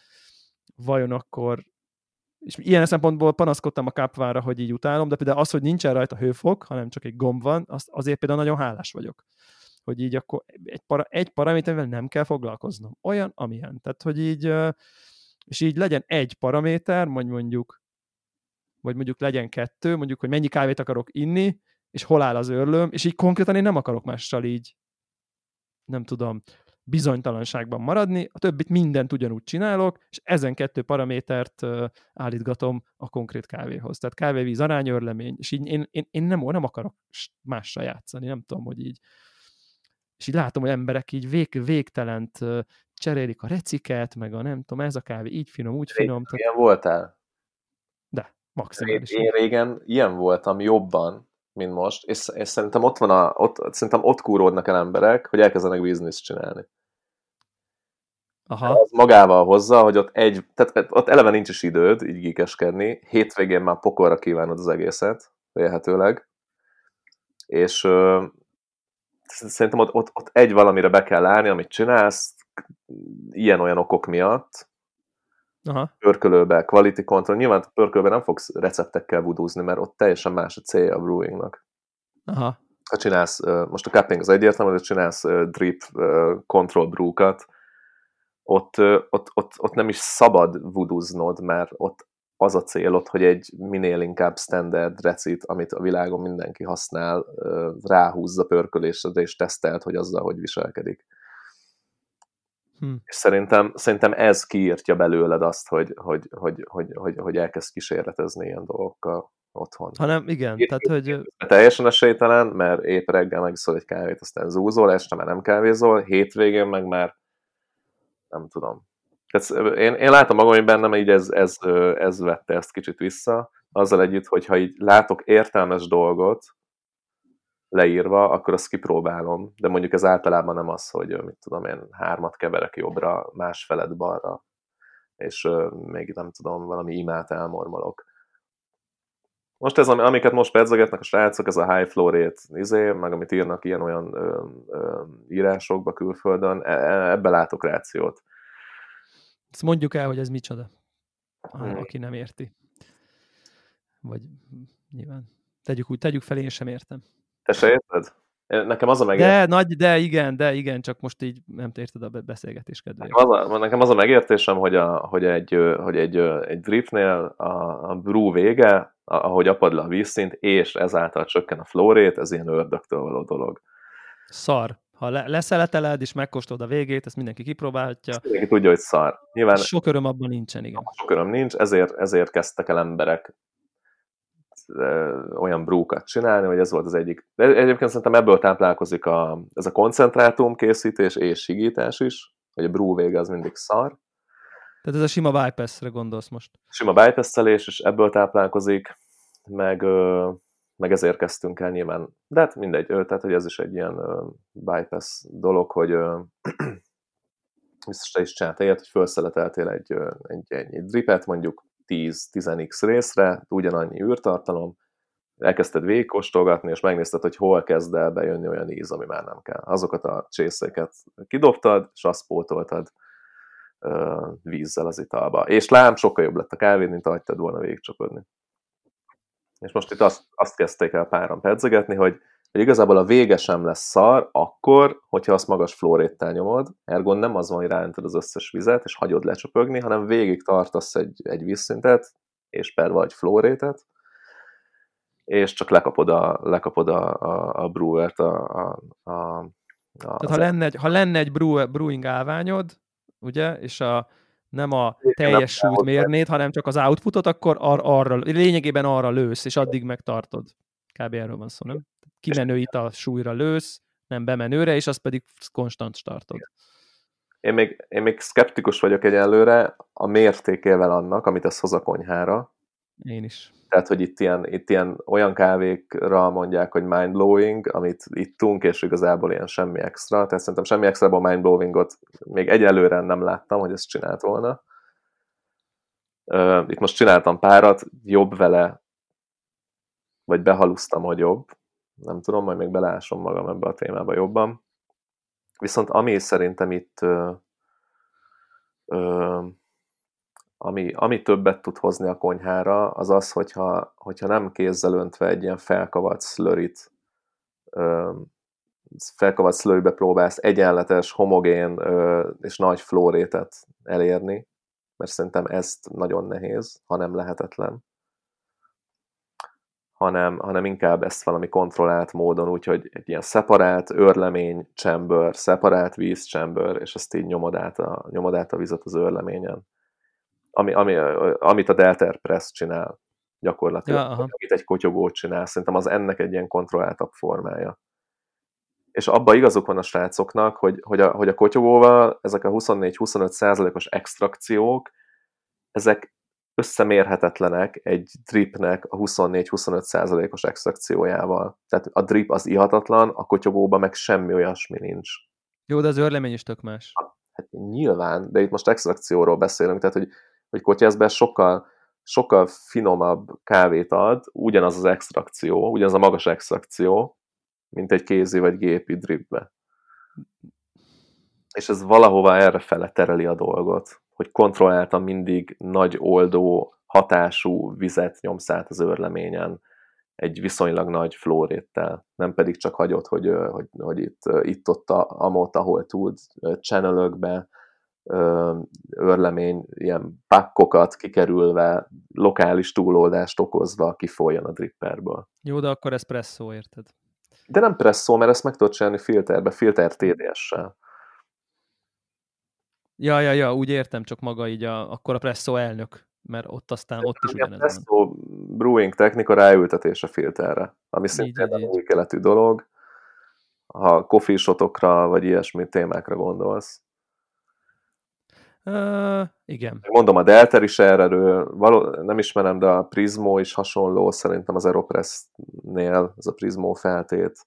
vajon akkor, és ilyen szempontból panaszkodtam a Capvánra, hogy így utálom, de például az, hogy nincsen rajta hőfok, hanem csak egy gomb van, az, azért például nagyon hálás vagyok. Hogy így akkor egy, para, egy paramétervel nem kell foglalkoznom. Olyan, amilyen. Tehát, hogy így, és így legyen egy paraméter, vagy mondjuk, vagy mondjuk legyen kettő, mondjuk, hogy mennyi kávét akarok inni, és hol áll az őrlőm, és így konkrétan én nem akarok mással így, nem tudom, bizonytalanságban maradni, a többit mindent ugyanúgy csinálok, és ezen kettő paramétert állítgatom a konkrét kávéhoz. Tehát kávévíz, arányőrlemény, és így én, én, én nem, nem akarok mással játszani, nem tudom, hogy így és így látom, hogy emberek így vég, végtelent cserélik a reciket, meg a nem tudom, ez a kávé így finom, úgy finom. Régen tehát... ilyen voltál? De, maximális. Én, én régen ilyen voltam jobban, mint most, és, és szerintem ott van a, ott, szerintem ott kúródnak el emberek, hogy elkezdenek bizniszt csinálni. Aha. Az magával hozza, hogy ott egy, tehát ott eleve nincs is időd így gíkeskedni, hétvégén már pokolra kívánod az egészet, vélhetőleg, és szerintem ott, ott, ott egy valamire be kell állni, amit csinálsz, ilyen-olyan okok miatt, aha. Pörkölőbe, quality control, nyilván pörkölőbe nem fogsz receptekkel vudúzni, mert ott teljesen más a célja a brewingnak. Aha. Ha csinálsz, most a cupping az egyértelmű, hogy csinálsz drip control brew-kat, ott, ott, ott, ott nem is szabad vudúznod, mert ott az a célod, hogy egy minél inkább standard recit, amit a világon mindenki használ, ráhúzza pörkölésre, és tesztelt, hogy azzal hogy viselkedik. Hm. És szerintem, szerintem ez kiírtja belőled azt, hogy, hogy, hogy, hogy, hogy, hogy elkezd kísérletezni ilyen dolgokkal otthon. Hanem igen, Én, tehát hogy... Teljesen esélytelen, mert épp reggel megiszol egy kávét, aztán zúzol, este már nem kávézol, hétvégén meg már nem tudom. Tehát én, én látom magam, hogy bennem így ez, ez, ez vette ezt kicsit vissza, azzal együtt, hogyha így látok értelmes dolgot leírva, akkor azt kipróbálom, de mondjuk ez általában nem az, hogy mit tudom én, hármat keverek jobbra, másfelet balra, és még nem tudom, valami imát elmormolok. Most ez, amiket most pedzegetnek a srácok, ez a high flow rate, izé, meg amit írnak ilyen-olyan ö, ö, írásokba külföldön, e, ebbe látok rációt. Ezt mondjuk el, hogy ez micsoda, hmm. aki nem érti. Vagy nyilván. Tegyük úgy, tegyük fel, én sem értem. Te se érted? Nekem az a megértés. De, nagy, de igen, de igen, csak most így nem érted a beszélgetés kedvéért. Nekem az a, nekem az a megértésem, hogy, a, hogy, egy, hogy egy, egy dripnél a, a brew vége, ahogy apad le a vízszint, és ezáltal csökken a flow rate, ez ilyen ördögtől való dolog. Szar. Ha le, leszeleteled és megkóstolod a végét, ezt mindenki kipróbálhatja. Ezt mindenki tudja, hogy szar. Nyilván sok öröm abban nincsen, igen. Sok öröm nincs, ezért, ezért kezdtek el emberek olyan brewkat csinálni, hogy ez volt az egyik. De egyébként szerintem ebből táplálkozik a, ez a koncentrátum készítés és higítás is, hogy a brew vége az mindig szar. Tehát ez a sima bypass-re gondolsz most. Sima bypass-szelés, és ebből táplálkozik, meg, meg ezért kezdtünk el nyilván. De hát mindegy, tehát hogy ez is egy ilyen bypass dolog, hogy biztos te is csináltál ilyet, hogy felszeleteltél egy, egy, egy, egy dripet, mondjuk tíz-tíz x részre, ugyanannyi űrtartalom, elkezdted végigkóstolgatni, és megnézted, hogy hol kezd el bejönni olyan íz, ami már nem kell. Azokat a csészéket kidobtad, és azt pótoltad. ö, vízzel az italba. És lám, sokkal jobb lett a kávé, mint hagytad volna végigcsapodni. És most itt azt, azt kezdték el páran pedzegetni, hogy, hogy igazából a vége sem lesz szar, akkor, hogyha azt magas flóréttel nyomod, ergon nem az van, hogy ráöntöd az összes vizet, és hagyod lecsöpögni, hanem végig tartasz egy, egy vízszintet, és per vagy flórétet, és csak lekapod a, lekapod a, a, a brewert a, a, a, a Tehát ha lenne, egy, ha lenne egy brew, brewing állványod, ugye, és a, nem a teljes súlyt mérnéd, hanem csak az outputot, akkor ar, arra, lényegében arra lősz, és addig megtartod. Kb. Erről van szó, nem? Kimenő ital súlyra lősz, nem bemenőre, és azt pedig konstant startod. Én még, én még szkeptikus vagyok egyelőre a mértékével annak, amit ez hoz a konyhára. Én is. Tehát, hogy itt ilyen, itt ilyen olyan kávékra mondják, hogy mindblowing, amit ittunk, és igazából ilyen semmi extra. Tehát szerintem semmi extra mindblowingot még egyelőre nem láttam, hogy ezt csinált volna. Itt most csináltam párat, jobb vele, vagy behalusztam, hogy jobb. Nem tudom, majd még beleásom magam ebbe a témába jobban. Viszont ami szerintem itt ö, ö, ami, ami többet tud hozni a konyhára, az az, hogyha, hogyha nem kézzel öntve egy ilyen felkavart slurryt, ö, felkavart slurrybe próbálsz egyenletes, homogén ö, és nagy flórétet elérni, mert szerintem ezt nagyon nehéz, ha nem lehetetlen. Hanem, hanem inkább ezt valami kontrollált módon, úgyhogy egy ilyen szeparált őrlemény chamber, szeparált víz chamber, és azt így nyomod át a, nyomod át a vizet az őrleményen. Ami, ami, amit a Delta Press csinál gyakorlatilag, Ja, amit egy kotyogót csinál, szerintem az ennek egy ilyen kontrolláltabb formája. És abban igazuk van a srácoknak, hogy, hogy, a, hogy a kotyogóval ezek a huszonnégy-huszonöt százalékos extrakciók, ezek összemérhetetlenek egy dripnek a huszonnégy-huszonöt százalékos extrakciójával. Tehát a drip az ihatatlan, a kotyogóban meg semmi olyasmi nincs. Jó, de az őrlemény is tök más. Hát nyilván, de itt most extrakcióról beszélünk, tehát hogy, hogy kotyászben sokkal, sokkal finomabb kávét ad, ugyanaz az extrakció, ugyanaz a magas extrakció, mint egy kézi vagy gépi dripbe. És ez valahova errefele tereli a dolgot, hogy kontrolláltan mindig nagy oldó, hatású vizet nyomsz át az őrleményen egy viszonylag nagy flóréttel, nem pedig csak hagyod, hogy, hogy, hogy itt, itt ott a, amott, ahol tud, channelökbe, őrlemény, ilyen pakkokat kikerülve, lokális túloldást okozva kifolyjon a dripperből. Jó, de akkor ez presszó, érted? De nem presszó, mert ezt meg tudod csinálni filterbe, filter té dé es-sel. Ja, ja, ja, úgy értem, csak maga így a, akkor a presszó elnök, mert ott aztán ott is ugyanez van. A presszó brewing technika ráültetés a filterre, ami szintén egy új keletű dolog, ha coffee shotokra, vagy ilyesmi témákra gondolsz. Uh, igen. Mondom, a Delta is erről, való, nem ismerem, de a Prismo is hasonló, szerintem az Aeropress-nél, ez a Prismo feltét.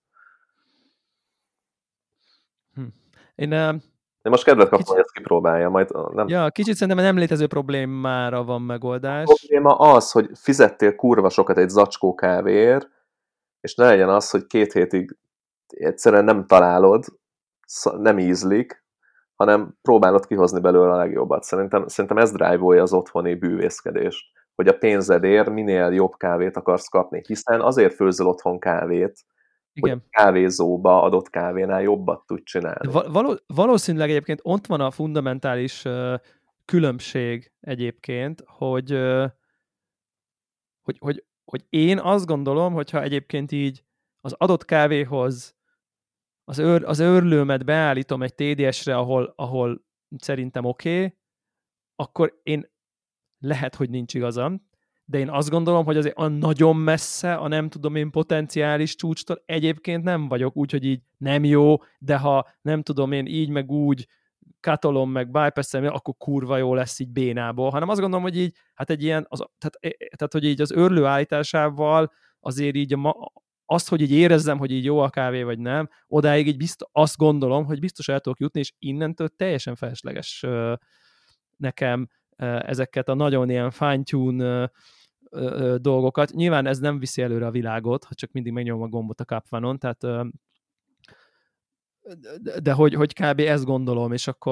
Hm. Én... Uh... Én most kedvet kaptam, kicsit... hogy ezt kipróbálja, majd nem... Ja, kicsit szerintem nem létező problémára van megoldás. A probléma az, hogy fizettél kurva sokat egy zacskó kávéért, és ne legyen az, hogy két hétig egyszerűen nem találod, nem ízlik, hanem próbálod kihozni belőle a legjobbat. Szerintem, szerintem ez drive-olja az otthoni bűvészkedést, hogy a pénzedért minél jobb kávét akarsz kapni, hiszen azért főzöl otthon kávét, igen, hogy a kávézóba adott kávénál jobbat tud csinálni. Való, valószínűleg egyébként ott van a fundamentális uh, különbség egyébként, hogy, uh, hogy, hogy, hogy én azt gondolom, hogyha egyébként így az adott kávéhoz az, őr, az őrlőmet beállítom egy té dé es-re, ahol, ahol szerintem oké, okay, akkor én lehet, hogy nincs igazam, de én azt gondolom, hogy azért a nagyon messze, a nem tudom én potenciális csúcstól egyébként nem vagyok, úgyhogy így nem jó, de ha nem tudom én így meg úgy katolom meg bypasszem, akkor kurva jó lesz így bénából, hanem azt gondolom, hogy így, hát egy ilyen, az, tehát, tehát hogy így az őrlő állításával azért így a, azt, hogy így érezzem, hogy így jó a kávé, vagy nem, odáig így biztos, azt gondolom, hogy biztos el tudok jutni, és innentől teljesen felesleges uh, nekem uh, ezeket a nagyon ilyen fine-tune uh, uh, dolgokat. Nyilván ez nem viszi előre a világot, ha csak mindig megnyomom a gombot a Capvanon, tehát uh, de, de hogy, hogy kb. Ezt gondolom, és akkor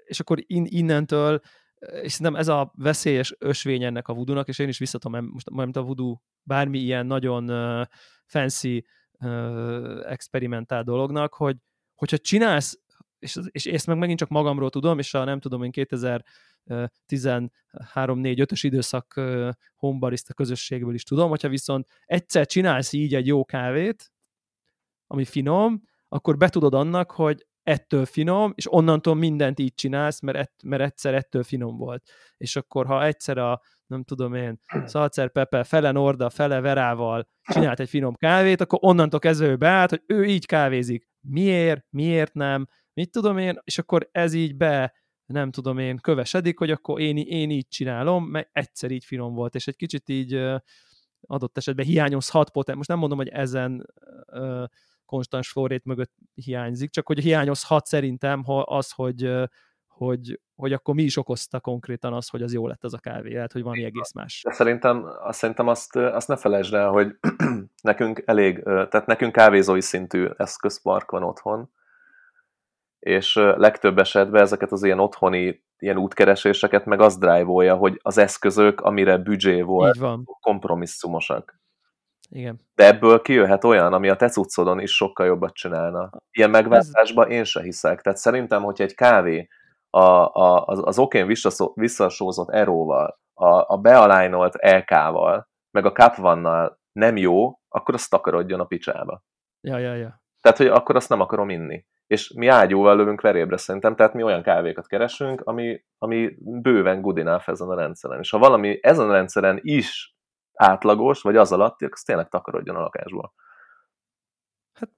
és akkor in, innentől, és szerintem ez a veszélyes ösvény ennek a voodoo-nak, és én is visszatom, most majd a voodoo bármi ilyen nagyon uh, fancy uh, experimentál dolognak, hogy hogyha csinálsz, és, és ezt meg megint csak magamról tudom, és a nem tudom, én kétezer-tizenhárom négy ötös időszak uh, homebarista közösségből is tudom, hogyha viszont egyszer csinálsz így egy jó kávét, ami finom, akkor betudod annak, hogy ettől finom, és onnantól mindent így csinálsz, mert, ett, mert egyszer ettől finom volt. És akkor, ha egyszer a, nem tudom én, Salzer Pepe fele Norda, fele Verával csinált egy finom kávét, akkor onnantól kezdve ő beállt, hogy ő így kávézik. Miért? Miért nem? Mit tudom én? És akkor ez így be, nem tudom én, kövesedik, hogy akkor én, én így csinálom, mert egyszer így finom volt, és egy kicsit így adott esetben hiányozhat poten. Most nem mondom, hogy ezen konstans flórét mögött hiányzik, csak hogy hiányozhat szerintem ha az, hogy, hogy, hogy akkor mi is okozta konkrétan az, hogy az jó lett az a kávé, lehet, hogy valami egész más. De szerintem, szerintem azt, azt ne felejtsd el, hogy nekünk elég, tehát nekünk kávézói szintű eszközpark van otthon, és legtöbb esetben ezeket az ilyen otthoni ilyen útkereséseket meg az drive-olja, hogy az eszközök, amire büdzsé volt, kompromisszumosak. Igen. De ebből kijöhet olyan, ami a te cuccodon is sokkal jobbat csinálna. Ilyen megváltásban én se hiszek. Tehát szerintem, hogyha egy kávé a, a, az, az okén visszasózott eróval, a, a bealignolt el ká-val, meg a Cup One-nal nem jó, akkor azt takarodjon a picsába. Ja, ja, ja. Tehát, hogy akkor azt nem akarom inni. És mi ágyúval lövünk verébre szerintem, tehát mi olyan kávékat keresünk, ami, ami bőven good enough ezen a rendszeren. És ha valami ezen a rendszeren is átlagos, vagy az alatti, akkor tényleg takarodjon a lakásból. Hát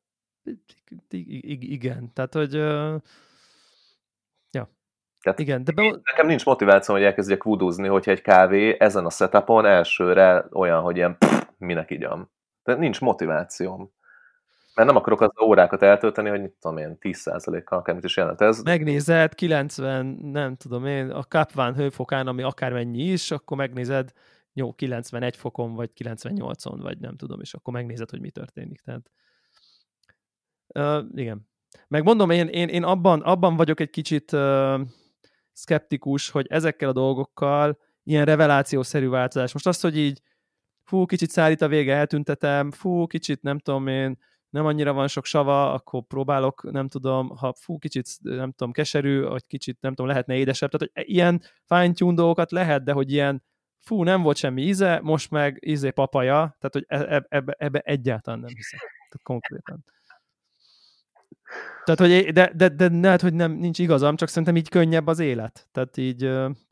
igen, tehát, hogy uh, ja, tehát igen. De be... Nekem nincs motiváció, hogy elkezdjek voodoozni, hogyha egy kávé ezen a setupon elsőre olyan, hogy ilyen pff, minek igyam. Tehát nincs motivációm. Mert nem akarok az órákat eltölteni, hogy mit tudom én, tíz százalékkal akármit is jelent ez. Megnézed kilencven, nem tudom én, a Cup One hőfokán, ami akármennyi is, akkor megnézed jó, kilencvenegy fokon, vagy kilencvennyolcon, vagy nem tudom, és akkor megnézed, hogy mi történik. Tehát, uh, igen. Meg mondom, én, én, én abban, abban vagyok egy kicsit uh, szkeptikus, hogy ezekkel a dolgokkal ilyen revelációszerű változás. Most azt, hogy így fú, kicsit szállít a vége, eltüntetem, fú, kicsit nem tudom én, nem annyira van sok sava, akkor próbálok, nem tudom, ha fú, kicsit, nem tudom, keserű, vagy kicsit, nem tudom, lehetne édesebb. Tehát, hogy ilyen fine-tune dolgokat lehet, de hogy ilyen fú, nem volt semmi íze, most meg ízé papaja, tehát, hogy ebbe, ebbe, ebbe egyáltalán nem hiszek. Tehát konkrétan. Tehát, hogy de, de, de lehet, hogy nem, nincs igazam, csak szerintem így könnyebb az élet. Tehát így...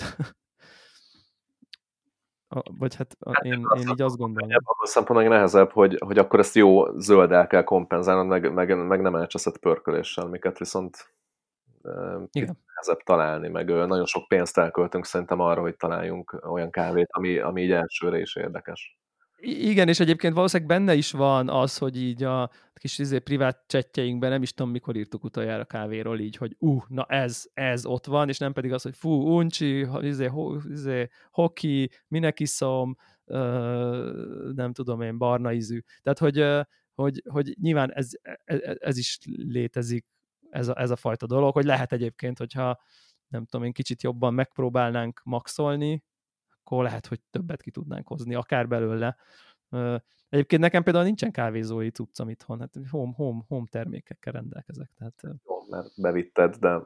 vagy hát, hát én, én így azt gondolom. Abban szempontból nehezebb, hogy, hogy akkor ezt jó zölddel kell kompenzálnod, meg, meg, meg nem elcseszett pörköléssel, amiket viszont igen. nehezebb találni, meg nagyon sok pénzt elköltünk szerintem arra, hogy találjunk olyan kávét, ami, ami így elsőre is érdekes. Igen, és egyébként valószínűleg benne is van az, hogy így a kis izé, privát csetjeinkben nem is tudom, mikor írtuk utoljára kávéról így, hogy uh, na ez, ez ott van, és nem pedig az, hogy fú, uncsi, izé, ho, izé, hoki, minek iszom, uh, nem tudom én, barna ízű. Tehát, hogy, uh, hogy, hogy nyilván ez, ez, ez is létezik, ez a, ez a fajta dolog, hogy lehet egyébként, hogyha nem tudom én, kicsit jobban megpróbálnánk maxolni, akkor lehet, hogy többet ki tudnánk hozni, akár belőle. Egyébként nekem például nincsen kávézói cuccam itthon, hát home, home, home termékekkel rendelkezek. Tehát... Jó, mert bevitted, de...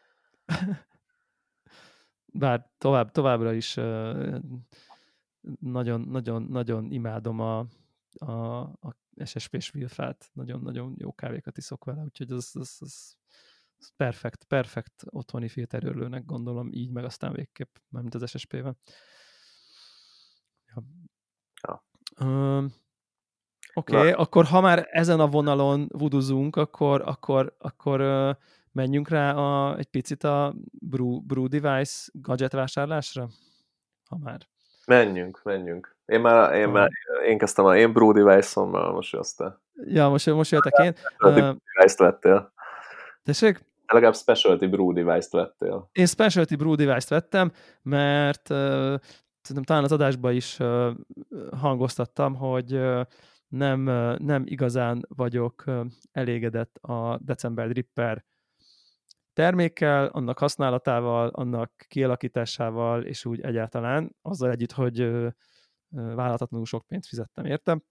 Bár tovább, továbbra is nagyon, nagyon, nagyon imádom a, a, a es es pés Wilfát, nagyon-nagyon jó kávékat iszok vele, úgyhogy az, az, az perfekt, perfekt otthoni filterőrlőnek gondolom így, meg aztán végképp, mint az es es pével. Ja. Ja. Um, Oké, okay, akkor ha már ezen a vonalon vuduzunk, akkor, akkor, akkor uh, menjünk rá a, egy picit a Brew, Brew Device gadget vásárlásra? Ha már. Menjünk, menjünk. Én már, én, már, én kezdtem a én Brew Device-ommal, most jössz te. Ja, most, most jöttek én. Specialty uh, Device-t vettél. Tessék? De legalább Specialty Brew Device-t vettél. Én Specialty Brew Device-t vettem, mert uh, szerintem talán az adásban is uh, hangoztattam, hogy uh, nem, uh, nem igazán vagyok uh, elégedett a December Dripper termékkel, annak használatával, annak kialakításával, és úgy egyáltalán, azzal együtt, hogy ö, ö, vállalhatatlanul sok pénzt fizettem, értem?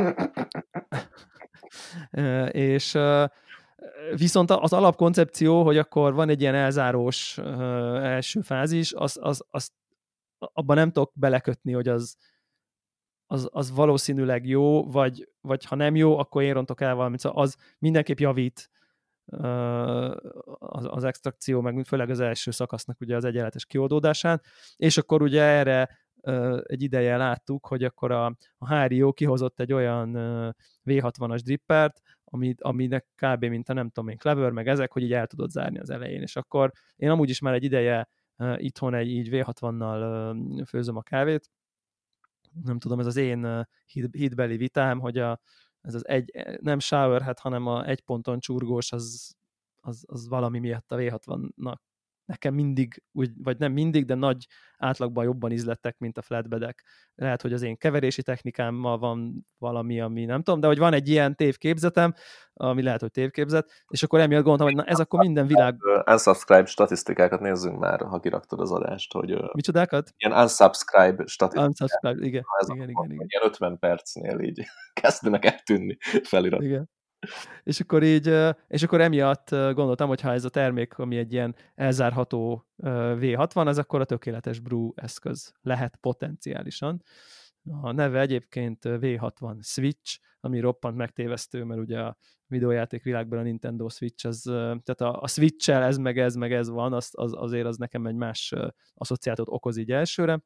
És ö, viszont az alapkoncepció, hogy akkor van egy ilyen elzárós ö, első fázis, az, az, az, abban nem tudok belekötni, hogy az, az, az valószínűleg jó, vagy, vagy ha nem jó, akkor én rontok el valamit. Szóval az mindenképp javít az, az extrakció, meg főleg az első szakasznak ugye az egyenletes kioldódásán, és akkor ugye erre egy ideje láttuk, hogy akkor a, a há er i o kihozott egy olyan vé hatvanas drippert, amit, aminek kb. Mint a nem tudom én, Clever, meg ezek, hogy így el tudod zárni az elején, és akkor én amúgy is már egy ideje itthon egy így vé hatvannal főzöm a kávét, nem tudom, ez az én hitbeli vitám, hogy a, ez az egy, nem showerhead, hanem a egy ponton csurgós, az, az, az valami miatt a vé hatvannak nekem mindig, úgy, vagy nem mindig, de nagy átlagban jobban ízlettek, mint a flatbedek. Lehet, hogy az én keverési technikámmal van valami, ami nem tudom, de hogy van egy ilyen tévképzetem, ami lehet, hogy tévképzet, és akkor emiatt gondoltam, hogy na ez akkor minden világ... Unsubscribe statisztikákat nézzünk már, ha kiraktad az adást, hogy... Micsodákat? Ilyen unsubscribe statisztikák. Unsubscribe, igen. Ez igen, igen, igen. Ilyen ötven percnél így kezdenek eltűnni felirat. Igen. És akkor így, és akkor emiatt gondoltam, hogy ha ez a termék, ami egy ilyen elzárható vé hatvan, az akkor a tökéletes brew eszköz lehet potenciálisan. A neve egyébként vé hatvan Switch, ami roppant megtévesztő, mert ugye a videójáték világban a Nintendo Switch, az, tehát a, a Switch-el ez meg ez meg ez van, az, az, azért az nekem egy más asszociációt okoz így elsőre.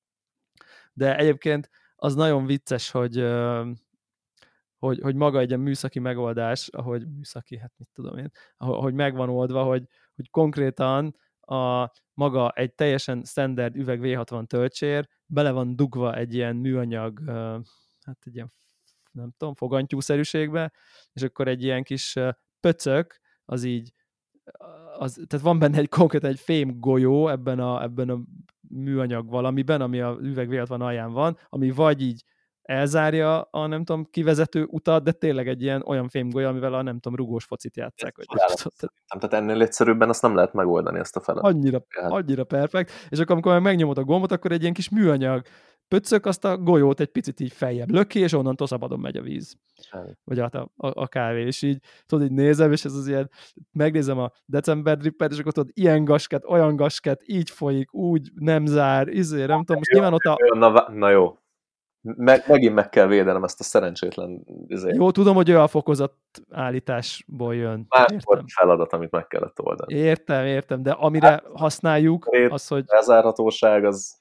De egyébként az nagyon vicces, hogy Hogy, hogy maga egy ilyen műszaki megoldás, ahogy műszaki, hát mit tudom én, ahogy megvan oldva, hogy, hogy konkrétan a maga egy teljesen standard üveg vé hatvan töltsér, bele van dugva egy ilyen műanyag, hát egy ilyen, nem tudom, fogantyúszerűségbe, és akkor egy ilyen kis pöcök, az így, az, tehát van benne egy konkrétan egy fém golyó ebben a, ebben a műanyag valamiben, ami a üveg vé hatvan alján van, ami vagy így elzárja a nem tudom, kivezető utat, de tényleg egy ilyen olyan fémgolya, amivel a nem tudom, rugós focit játsszák. Vagy tehát ennél egyszerűbben azt nem lehet megoldani, ezt a feladatot. Annyira, annyira perfekt. És akkor, amikor megnyomod a gombot, akkor egy ilyen kis műanyag pöccök, azt a golyót egy picit így feljebb löki, és onnantól szabadon megy a víz. Semmi. Vagy hát a, a, a kávé. És így tudod, így nézem, és ez az ilyen, megnézem a december drippet, és akkor tudod, ilyen gasket, olyan gasket, így folyik, úgy nem zár, izé, nem tudom, most jó, nyilván ott a... Na, na jó. Meg, megint meg kell védenem ezt a szerencsétlen... Izé. Jó, tudom, hogy ő a fokozat állításból jön. Más volt feladat, amit meg kellett oldani. Értem, értem, de amire hát, használjuk, rét, az, hogy... Elzárhatóság, az...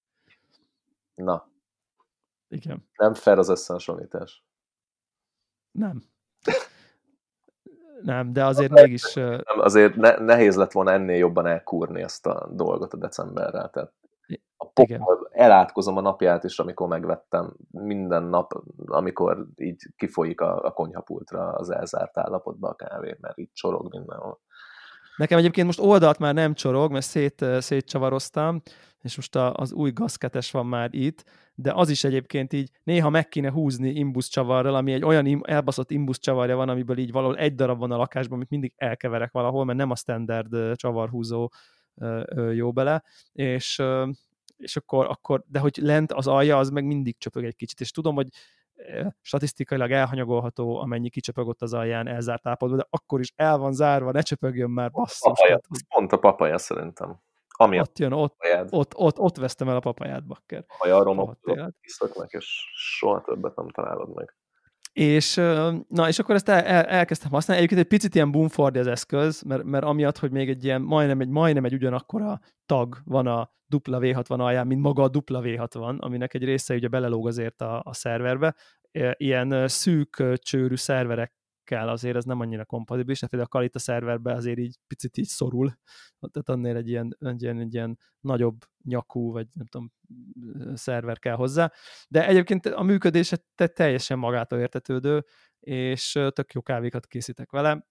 Na. Igen. Nem fair az összehasonlítás. Nem. Nem, de azért az mégis... Nem, azért ne, nehéz lett volna ennél jobban elkúrni ezt a dolgot a decemberrel, tehát a pokol, elátkozom a napját is, amikor megvettem minden nap, amikor így kifolyik a, a konyhapultra az elzárt állapotba a kávé, mert így csorog mindenhol. Nekem egyébként most oldalt már nem csorog, mert szét, szétcsavaroztam, és most a, az új gazketes van már itt, de az is egyébként így néha meg kéne húzni imbuszcsavarral, ami egy olyan elbaszott imbuszcsavarja van, amiből így valahol egy darab van a lakásban, amit mindig elkeverek valahol, mert nem a standard csavarhúzó jó bele, és és akkor, akkor, de hogy lent az alja, az meg mindig csöpög egy kicsit, és tudom, hogy statisztikailag elhanyagolható, amennyi kicsöpögött az alján elzárt állapotban, de akkor is el van zárva, ne csöpögjön már, basszus. Papaja, pont a papaja szerintem. Ami ott jön, ott, ott, ott, ott vesztem el a papaját, bakker. Papaja aromatot iszok meg, és soha többet nem találod meg. És, na, és akkor ezt el, el, elkezdtem használni. Egyébként egy picit ilyen boomfordi az eszköz, mert, mert amiatt, hogy még egy ilyen majdnem egy, majdnem egy ugyanakkora tag van a dupla vé hatvan alján, mint maga a dupla vé hatvan, aminek egy része ugye belelóg azért a, a szerverbe. Ilyen szűk csőrű szerverekkel azért ez nem annyira kompatibilis, tehát például a Kalita szerverbe azért így picit így szorul, tehát annél egy ilyen, egy ilyen, egy ilyen nagyobb nyakú, vagy nem tudom, szerver kell hozzá. De egyébként a működése teljesen magától értetődő, és tök jó kávékat készítek vele.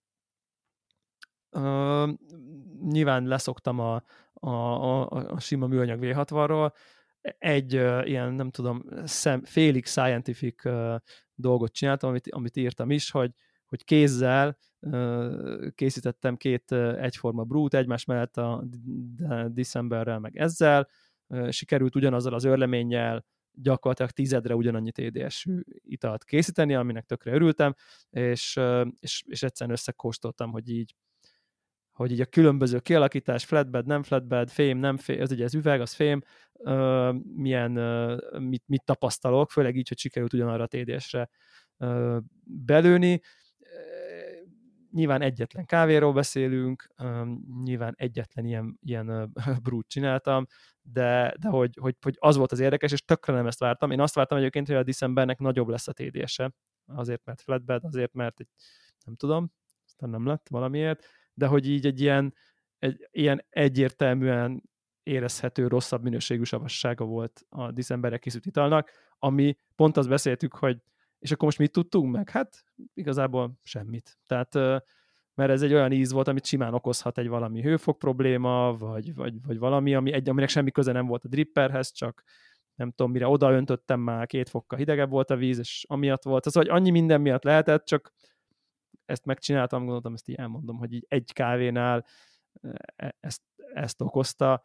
Uh, nyilván leszoktam a, a, a, a sima műanyag vé hatvanról. Egy uh, ilyen, nem tudom, szem, félig scientific uh, dolgot csináltam, amit, amit írtam is, hogy, hogy kézzel készítettem két egyforma brút egymás mellett a Decemberrel meg ezzel, sikerült ugyanazzal az őrleménnyel gyakorlatilag tizedre ugyanannyi té dé es-ű italt készíteni, aminek tökre örültem, és, és, és egyszerűen összekóstoltam, hogy így hogy így a különböző kialakítás, flatbed, nem flatbed, fém, nem fém, az ugye az üveg, az fém, uh, milyen, uh, mit, mit tapasztalok, főleg így, hogy sikerült ugyanarra a té dé es-re uh, belőni. Uh, nyilván egyetlen kávéról beszélünk, um, nyilván egyetlen ilyen, ilyen uh, brút csináltam, de, de hogy, hogy, hogy az volt az érdekes, és tökre nem ezt vártam. Én azt vártam egyébként, hogy a Decembernek nagyobb lesz a té dé es-e, azért, mert flatbed, azért, mert egy, nem tudom, aztán nem lett valamiért, de hogy így egy ilyen, egy ilyen egyértelműen érezhető, rosszabb minőségű savassága volt a Decemberre készült italnak, ami pont azt beszéltük, hogy és akkor most mit tudtunk meg? Hát igazából semmit. Tehát, mert ez egy olyan íz volt, amit simán okozhat egy valami hőfok probléma, vagy, vagy, vagy valami, ami egy, aminek semmi köze nem volt a dripperhez, csak nem tudom, mire odaöntöttem, már két fokkal hidegebb volt a víz, és amiatt volt. Az, hogy annyi minden miatt lehetett, csak ezt megcsináltam, gondoltam, ezt így elmondom, hogy így egy kávénál ezt, ezt okozta.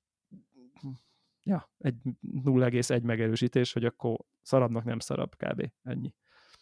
Ja, egy nulla egész egy megerősítés, hogy akkor szarabbnak nem szarabb, kb. Ennyi.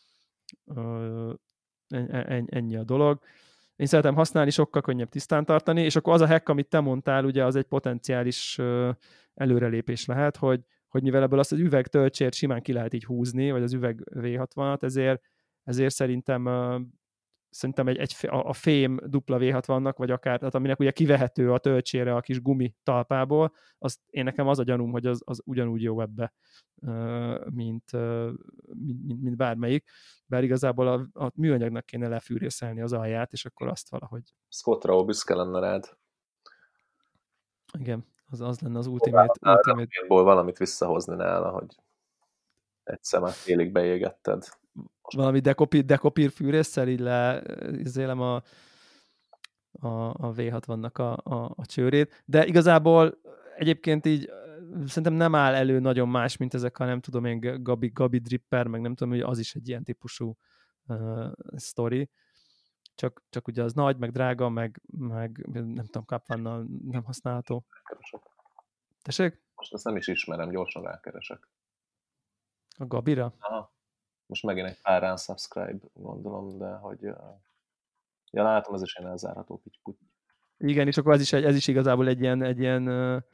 Ennyi a dolog. Én szeretem használni, sokkal könnyebb tisztán tartani, és akkor az a hack, amit te mondtál, ugye az egy potenciális előrelépés lehet, hogy, hogy mivel ebből azt az üveg töltsért simán ki lehet így húzni, vagy az üveg vé hatvanat, ezért, ezért szerintem szerintem egy, egy, a, a fém dupla vé hatvannak, vagy akár, tehát aminek ugye kivehető a töltsére a kis gumi talpából, az, én nekem az a gyanúm, hogy az, az ugyanúgy jó ebbe, mint, mint, mint, mint bármelyik, bár igazából a, a műanyagnak kéne lefűrészelni az alját, és akkor azt valahogy... Scott Rao büszke lenne rád. Igen, az, az lenne az ultimate... ultimate... valamit visszahozni nála, hogy egyszer már félig beégetted. Valami dekopír, dekopír fűrésszel így le izélem a, a, a vé hatvannak a, a, a csőrét, de igazából egyébként így szerintem nem áll elő nagyon más, mint ezek a nem tudom én Gabi, Gabi Dripper, meg nem tudom, hogy az is egy ilyen típusú uh, sztori. Csak, csak ugye az nagy, meg drága, meg, meg nem tudom, Kapvannal nem használható. Tessék? Most ezt nem is ismerem, gyorsan rákeresek. A Gabira? Aha. Most megint egy pár unsubscribe, gondolom, de hogy... Ja, látom, ez is egy elzárható pitty-putty. Igen, és akkor ez is, egy, ez is igazából egy ilyen, egy ilyen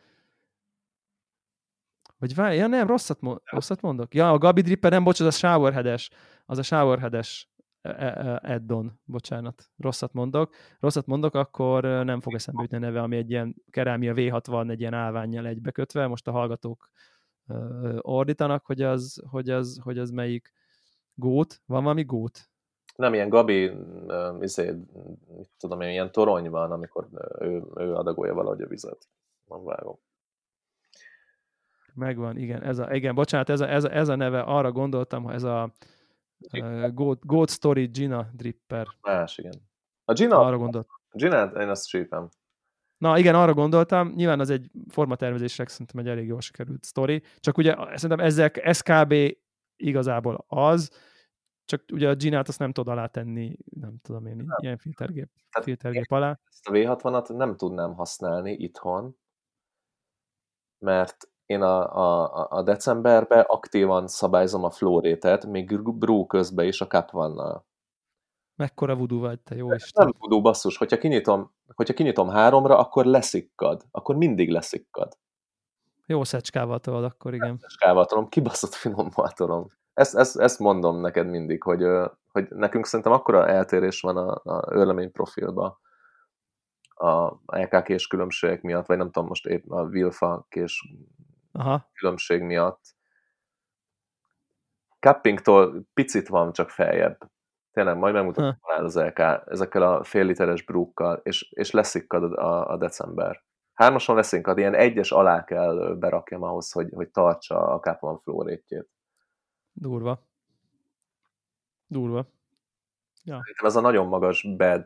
vagy várj, ja nem, rosszat, mo- rosszat mondok. Ja, a Gabi Dripper, nem, bocs, az a showerhead-es. Az a showerhead-es add-on, bocsánat, rosszat mondok. Rosszat mondok, akkor nem fog eszembe jutni a neve, ami egy ilyen kerámia vé hatvan, egy ilyen állvánnyal egybekötve. Most a hallgatók uh, ordítanak, hogy az, hogy az, hogy az melyik gót. Van valami gót? Nem, ilyen Gabi, uh, izé, mit tudom én, ilyen torony van, amikor ő, ő adagolja valahogy a vizet. Nem vágom. Megvan, igen. Ez a, igen, bocsánat, ez a, ez, a, ez a neve, arra gondoltam, hogy ez a uh, Goat, Goat Story Gina Dripper. Más, igen. A Gina, arra gondoltam. Gina, én azt sípem. Na igen, arra gondoltam, nyilván az egy formatervezésre szerintem egy elég jól sikerült sztori, csak ugye szerintem ezek, ez kb. Igazából az, csak ugye a Ginát azt nem tud alá tenni, nem tudom én, nem. Ilyen filtergép, filtergép alá. Ezt a vé hatvanat nem tudnám használni itthon, mert én a, a, a decemberben aktívan szabályzom a flow rate-et, még brew közben is a Kapvannal. Mekkora voodoo vagy, te jó Isten. Nem voodoo, basszus. Hogyha kinyitom, hogyha kinyitom háromra, akkor leszikkad. Akkor mindig leszikkad. Jó szecskával tolod, akkor igen. Szecskával tolom, kibaszott finommal tolom. Ezt, ezt, ezt mondom neked mindig, hogy, hogy nekünk szerintem akkora eltérés van a, a őrlemény profilban a é ká kés különbségek miatt, vagy nem tudom, most épp a Wilfa kés Aha. különbség miatt. Cuppingtól picit van csak feljebb. Tényleg, majd megmutatom ha. az é ká ezekkel a fél literes brúkkal, és, és leszikkad a, a december. Hármason leszikkad, ilyen egyes alá kell berakjam ahhoz, hogy, hogy tartsa a Kapvan flow rate-jét. Durva. Durva. Ja. Ez a nagyon magas bed,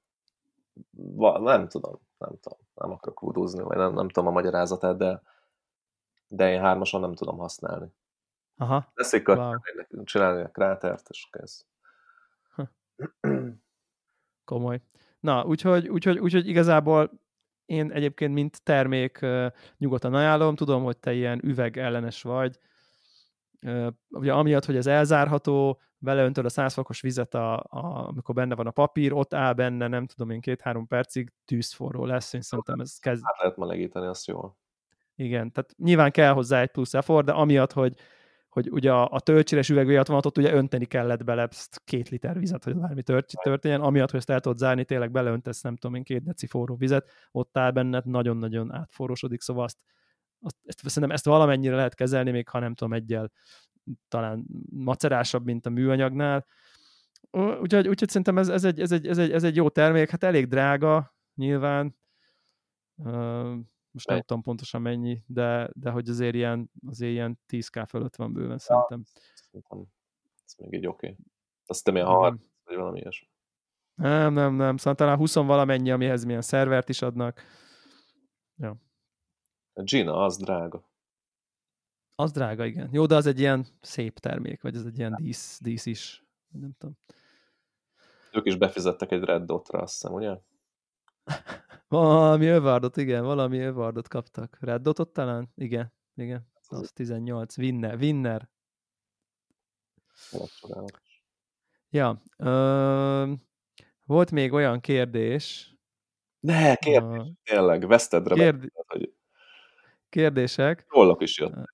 nem tudom, nem tudom, nem akarok vudúzni, vagy nem, nem tudom a magyarázatát, de, de én hármason nem tudom használni. Aha. Leszikkad, wow. Csinálni a krátert, és kész. Komoly. Na, úgyhogy, úgyhogy, úgyhogy igazából én egyébként, mint termék nyugodtan ajánlom, tudom, hogy te ilyen üveg ellenes vagy, ugye amiatt, hogy ez elzárható, beleöntöd a száz fokos vizet, a, a, amikor benne van a papír, ott áll benne, nem tudom én, két-három percig tűzforró lesz, én szerintem ez kezd... Hát lehet melegíteni, azt jól. Igen, tehát nyilván kell hozzá egy plusz effort, de amiatt, hogy, hogy ugye a, a töltséres üvegvélyautomatot ott ugye önteni kellett bele két liter vizet, hogy bármi tört, történjen, amiatt, hogy ezt el tudod zárni, tényleg beleöntesz, nem tudom én, két deci forró vizet, ott áll benned, nagyon-nagyon átforrósodik, szóval azt, azt, ezt, szerintem ezt valamennyire lehet kezelni, még ha nem tudom, egyel talán macerásabb, mint a műanyagnál. Úgyhogy, úgyhogy szerintem ez, ez, egy, ez, egy, ez, egy, ez egy jó termék, hát elég drága, nyilván. Most nem tudom pontosan mennyi, de, de hogy azért ilyen, azért ilyen tíz ká fölött van bőven, szerintem. Szerintem ez még így oké. Okay. Azt te milyen harminc, vagy valami ilyesmi. Nem, nem, nem. Szóval talán húsz valamennyi, amihez milyen szervert is adnak. Ja. A Gina, az drága. Az drága, igen. Jó, de az egy ilyen szép termék, vagy ez egy ilyen dísz, dísz is. Nem tudom. Ők is befizettek egy Red Dot-ra, azt hiszem, ugye? Valami Övardot, igen, valami Övardot kaptak. Red Dotot talán? Igen, igen. Az tizennyolc. Winner. Winner. Ja. Ö, volt még olyan kérdés. Ne, kérdés, uh, tényleg, vesztedre kérd... beszélt, hogy... Kérdések. Trollok is jöttek.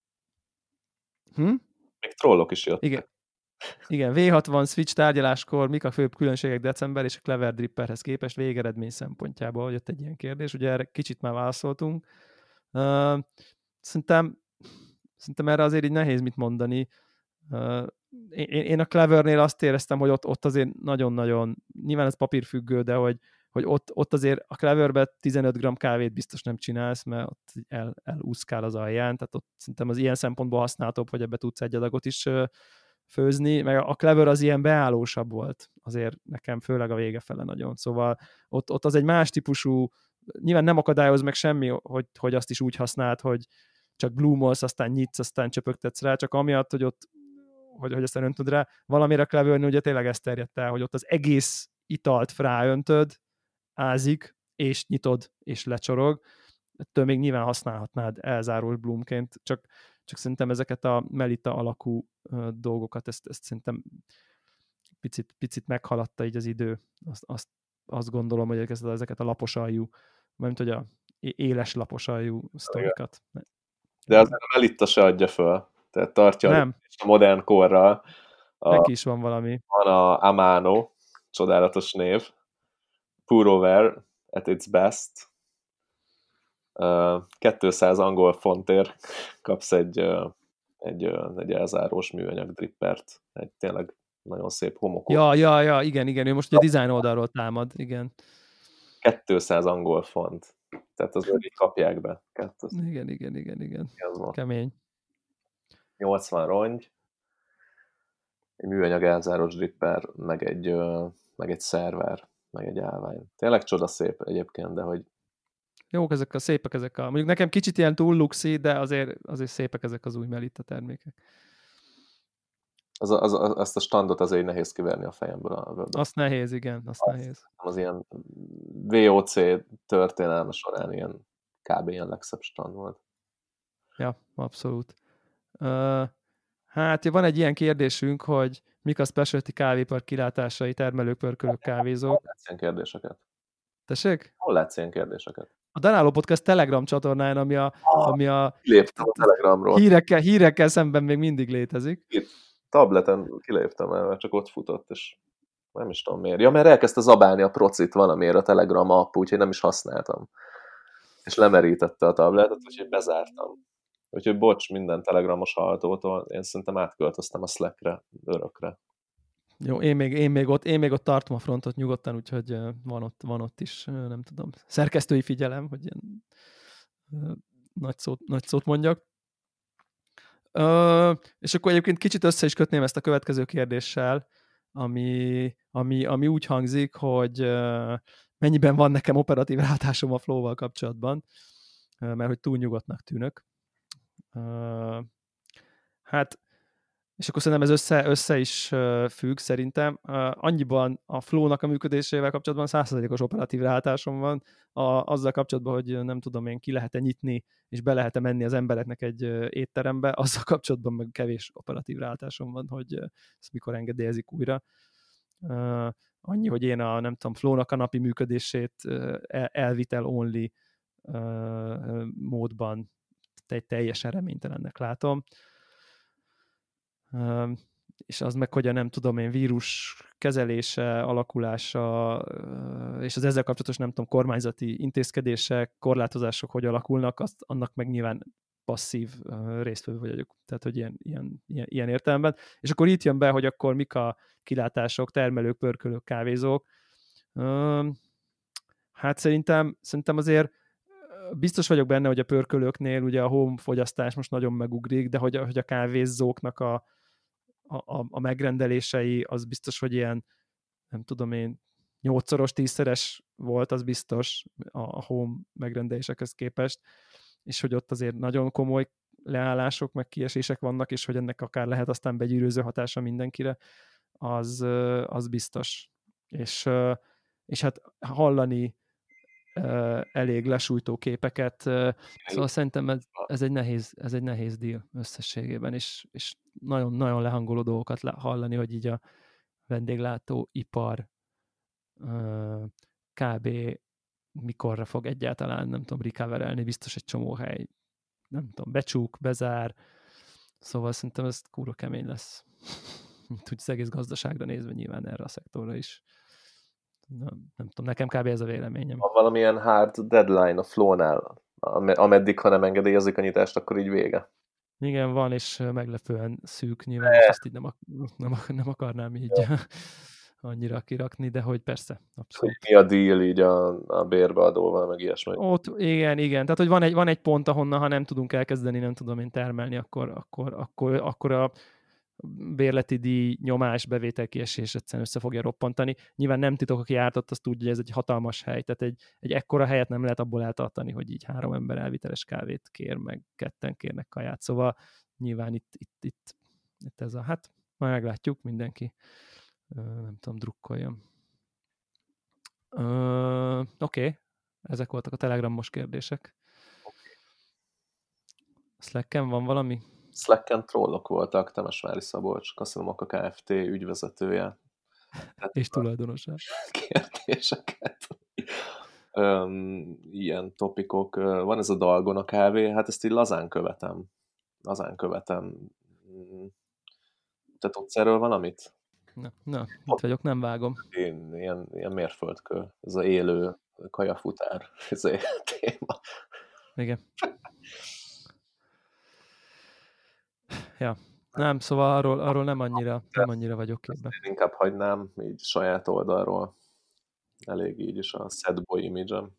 Hm? Még trollok is jöttek. Igen. Igen, vé hatvan Switch tárgyaláskor mik a főbb különbségek december és a Clever Dripperhez képest végeredmény szempontjából? Jött egy ilyen kérdés, ugye erre kicsit már válaszoltunk. Uh, szerintem, szerintem erre azért így nehéz mit mondani. Uh, én, én a Clevernél azt éreztem, hogy ott, ott azért nagyon-nagyon, nyilván ez papírfüggő, de hogy, hogy ott, ott azért a Cleverbe tizenöt gramm kávét biztos nem csinálsz, mert ott el, elúszkál az alján, tehát ott szerintem az ilyen szempontból használhatóbb, hogy ebbe tudsz egy adagot is uh, főzni, meg a Clever az ilyen beállósabb volt, azért nekem főleg a vége fele nagyon, szóval ott, ott az egy más típusú, nyilván nem akadályoz meg semmi, hogy, hogy azt is úgy használd, hogy csak blúmolsz, aztán nyitsz, aztán csöpögtetsz rá, csak amiatt, hogy ott, hogy, hogy aztán öntöd rá, valamire a Clevernél ugye tényleg ezt terjedt el, hogy ott az egész italt ráöntöd, ázik, és nyitod, és lecsorog, ettől még nyilván használhatnád elzárós blúmként, csak csak szerintem ezeket a melita alakú uh, dolgokat, ezt, ezt szerintem picit, picit meghaladta így az idő. Azt, azt, azt gondolom, hogy ezeket a laposaljú, mert hogy a éles laposaljú sztorikat. De az a melita se adja föl. Tehát tartja Nem. a modern korral. A, Neki is van valami. Van a Amano, csodálatos név. Purover at its best. Uh, kétszáz angol fontért kapsz egy, uh, egy, uh, egy elzárós műanyag drippert. Egy tényleg nagyon szép homokot. Ja, ja, ja, igen, igen. Ő most ugye a design oldalról támad, igen. kétszáz angol font. Tehát azért így kapják be. kétszáz. Igen, igen, igen, igen. Kemény. nyolcvan rongy. Egy műanyag elzáros dripper, meg egy, uh, meg egy szerver, meg egy állvány. Tényleg csodaszép egyébként, de hogy jók ezek a szépek ezek a... Mondjuk nekem kicsit ilyen túl luxi, de azért, azért szépek ezek az új Melita termékek. Az, az, az, azt a standot azért nehéz kiverni a fejemből. A azt nehéz, igen, azt az, nehéz. Az ilyen vé o cé történelme során ilyen kb. Ilyen legszebb stand volt. Ja, abszolút. Uh, hát van egy ilyen kérdésünk, hogy mik a specialty kávépar kilátásai, termelők, pörkölők, kávézók. Hol látsz ilyen kérdéseket? Tessék? Hol látsz ilyen kérdéseket? A Daráló Podcast Telegram csatornán, ami a, ah, ami a, kiléptem a Telegramról. Hírekkel, hírekkel szemben még mindig létezik. Itt tableten kiléptem el, mert csak ott futott, és nem is tudom miért. Ja, mert elkezdte zabálni a procit valamiért a Telegram app, úgyhogy nem is használtam. És lemerítette a tabletet, úgyhogy bezártam. Úgyhogy bocs minden telegramos hallgatótól, én szerintem átköltöztem a Slackre, örökre. Jó, én még, én, még ott, én még ott tartom a frontot nyugodtan, úgyhogy van ott, van ott is, nem tudom, szerkesztői figyelem, hogy ilyen nagy szót, nagy szót mondjak. Ö, és akkor egyébként kicsit össze is kötném ezt a következő kérdéssel, ami, ami, ami úgy hangzik, hogy mennyiben van nekem operatív ráhatásom a Flow-val kapcsolatban, mert hogy túl nyugodtnak tűnök. Hát és akkor szerintem ez össze, össze is függ szerintem. Annyiban a flow-nak a működésével kapcsolatban száz százalékos operatív ráhatásom van, a, azzal kapcsolatban, hogy nem tudom én, ki lehet-e nyitni, és be lehet-e menni az embereknek egy étterembe, azzal kapcsolatban meg kevés operatív ráhatásom van, hogy ezt mikor engedélyezik újra. Annyi, hogy én a, nem tudom, flow-nak a napi működését elvitel only módban teljesen reménytelennek látom. És az meg, hogy a nem tudom én vírus kezelése, alakulása, és az ezzel kapcsolatos nem tudom kormányzati intézkedések, korlátozások hogy alakulnak, azt, annak meg nyilván passzív résztvevő vagyok. Tehát, hogy ilyen, ilyen, ilyen, ilyen értelemben. És akkor itt jön be, hogy akkor mik a kilátások, termelők, pörkölők, kávézók. Hát szerintem, szerintem azért biztos vagyok benne, hogy a pörkölőknél ugye a home fogyasztás most nagyon megugrik, de hogy a, hogy a kávézóknak a, a, a megrendelései, az biztos, hogy ilyen, nem tudom én, nyolcszoros, tízszeres volt, az biztos a home megrendelésekhez képest, és hogy ott azért nagyon komoly leállások, meg kiesések vannak, és hogy ennek akár lehet aztán begyűrűző hatása mindenkire, az, az biztos. És, és hát hallani elég lesújtó képeket, szóval szerintem ez, ez egy nehéz, ez egy nehéz deal összességében, és, és nagyon, nagyon lehangoló dolgokat hallani, hogy így a vendéglátó ipar kb. Mikorra fog egyáltalán, nem tudom, recoverelni, biztos egy csomó hely, nem tudom, becsúk, bezár, szóval szerintem ez kurva kemény lesz. Úgy az egész gazdaságra nézve nyilván erre a szektorra is. Nem, nem tudom, nekem kb. Ez a véleményem. Van valamilyen hard deadline a flow-nál, ameddig, ha nem engedélyezik a nyitást, akkor így vége. Igen, van, és meglepően szűk, nyilván most ezt így nem, nem, nem akarnám így annyira kirakni, de hogy persze, abszolút. Hogy mi a deal így a, a bérbeadóval, meg ilyesmi. Ott, igen, igen, tehát hogy van egy, van egy pont, ahonnan, ha nem tudunk elkezdeni, nem tudom én termelni, akkor, akkor, akkor, akkor a bérleti díj, nyomás, bevételkiesés egyszerűen össze fogja roppantani. Nyilván nem titok, aki jártott, azt tudja, hogy ez egy hatalmas hely, tehát egy, egy ekkora helyet nem lehet abból eltartani, hogy így három ember elviteles kávét kér, meg ketten kérnek kaját, szóval nyilván itt, itt, itt, itt ez a, hát majd meglátjuk, mindenki nem tudom, drukkoljon. Oké, okay. Ezek voltak a Telegramos kérdések. Slacken van valami? Slacken trollok voltak, Temesvári Szabolcs, Kaszinomok a Kft. Ügyvezetője. Tehát és tulajdonosa. Kérdéseket. Um, ilyen topikok. Van ez a Dalgona kávé, hát ezt így lazán követem. Lazán követem. Te tudsz erről valamit? Na, na itt vagyok, nem vágom. Én, ilyen, ilyen mérföldkő. Ez a élő kajafutár. Ez a téma. Igen. Ja, nem, szóval arról, arról nem, annyira, nem annyira vagyok képben. Én inkább hagynám így saját oldalról. Elég így is a sad boy image-em.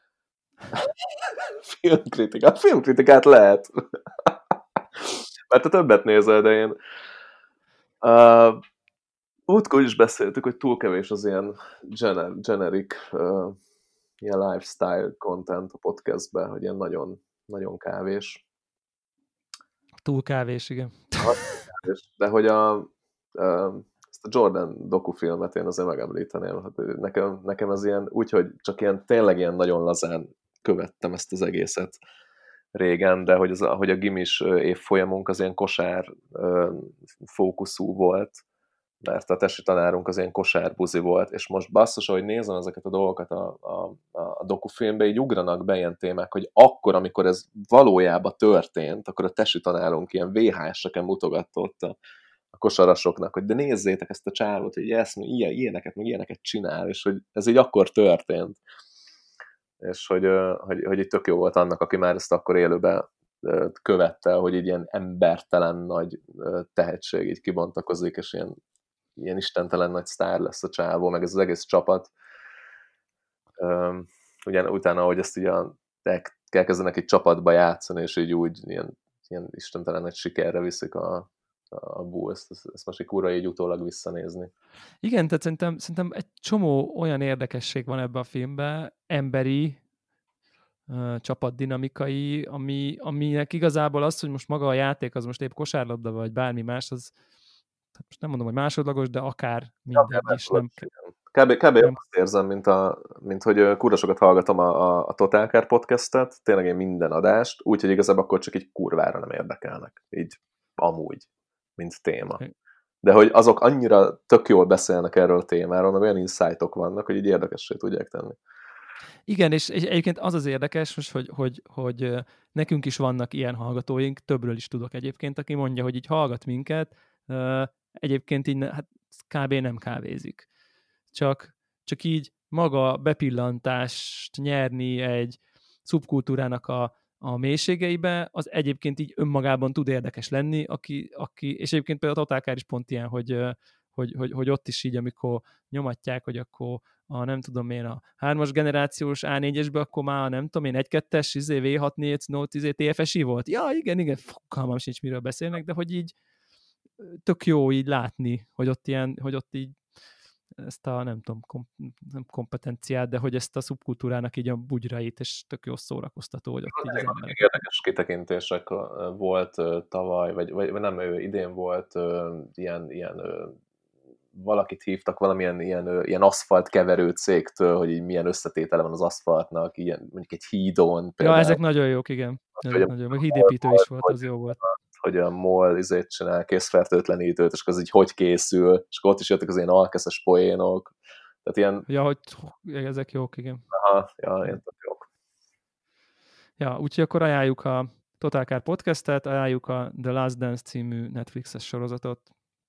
Filmkritikát. Filmkritikát lehet. Mert te többet nézel, de én... Uh, útkor is beszéltük, hogy túl kevés az ilyen gener- generic uh, ilyen lifestyle content a podcastben, hogy ilyen nagyon, nagyon kávés. Túl kávés, igen. De hogy a, uh, ezt a Jordan dokufilmet én azért megemlíteném. Hát nekem, nekem ez ilyen, úgyhogy csak ilyen tényleg ilyen nagyon lazán követtem ezt az egészet régen, de hogy, az, hogy a gimis évfolyamunk az ilyen kosár uh, fókuszú volt, mert a testi tanárunk az ilyen kosárbuzi volt, és most basszus, ahogy nézem ezeket a dolgokat a, a, a dokufilmbe, így ugranak be ilyen témák, hogy akkor, amikor ez valójában történt, akkor a testi tanárunk ilyen vé há es-eken mutogatott a, a kosarasoknak, hogy de nézzétek ezt a csávot, hogy ezt, ilyen, ilyeneket, meg ilyeneket csinál, és hogy ez így akkor történt. És hogy, hogy, hogy így tök jó volt annak, aki már ezt akkor élőben követte, hogy így ilyen embertelen nagy tehetség így kibontakozik, és ilyen ilyen istentelen nagy sztár lesz a csávó, meg ez az egész csapat. Um, ugyan, utána, ahogy ezt ugye elkezdenek egy csapatba játszani, és így úgy ilyen, ilyen istentelen nagy sikerre viszik a, a Bulls-t. Ezt, ezt most egy kurva így utólag visszanézni. Igen, tehát szerintem, szerintem egy csomó olyan érdekesség van ebben a filmben, emberi, uh, csapatdinamikai, ami, aminek igazából az, hogy most maga a játék, az most épp kosárlabda, vagy bármi más, az hát most nem mondom, hogy másodlagos, de akár mindegy is. Nem, Kb. Kb. nem... azt érzem, mint, a, mint hogy kurva sokat hallgatom a, a, a Total Car podcastet, tényleg én minden adást, úgyhogy igazából akkor csak egy kurvára nem érdekelnek. Így amúgy, mint téma. De hogy azok annyira tök jól beszélnek erről a témáról, meg olyan insightok vannak, hogy így érdekessé tudják tenni. Igen, és, és egyébként az az érdekes, most, hogy, hogy, hogy nekünk is vannak ilyen hallgatóink, többről is tudok egyébként, aki mondja, hogy így hallgat minket, egyébként így hát kb. Nem kávézik. Csak, csak így maga bepillantást nyerni egy szubkultúrának a, a mélységeibe, az egyébként így önmagában tud érdekes lenni, aki, aki és egyébként például a Total Car is pont ilyen, hogy, hogy, hogy, hogy ott is így, amikor nyomatják, hogy akkor a nem tudom én, a hármas generációs á négyesbe, akkor már nem tudom én, egy kettes izé, vé hat négy Note izé, té ef es i volt. Ja, igen, igen, fogalmam sincs, miről beszélnek, de hogy így tök jó így látni, hogy ott ilyen, hogy ott így ezt a, nem tudom, kom, nem kompetenciát, de hogy ezt a szubkultúrának így a bugyrait, és tök jó szórakoztató, hogy ott így az emberek. Érdekes kitekintések volt tavaly, vagy, vagy nem, idén volt ilyen, ilyen valakit hívtak valamilyen ilyen, ilyen aszfalt keverő cégtől, hogy így milyen összetétele van az aszfaltnak, ilyen, mondjuk egy hídon például. Ja, ezek nagyon jók, igen. Ezek nagyon, meg hídépítő is volt, az jó volt. Hogy a MOL izét csinál, készfertőtlenítőt, és akkor az így hogy készül, és akkor ott is jöttek az ilyen alkeszes poénok. Tehát ilyen... Ja, hogy ezek jók, igen. Aha, ja, ilyen tök jók. Ja, úgyhogy akkor ajánljuk a Total Car podcastet, ajánljuk a The Last Dance című Netflixes sorozatot,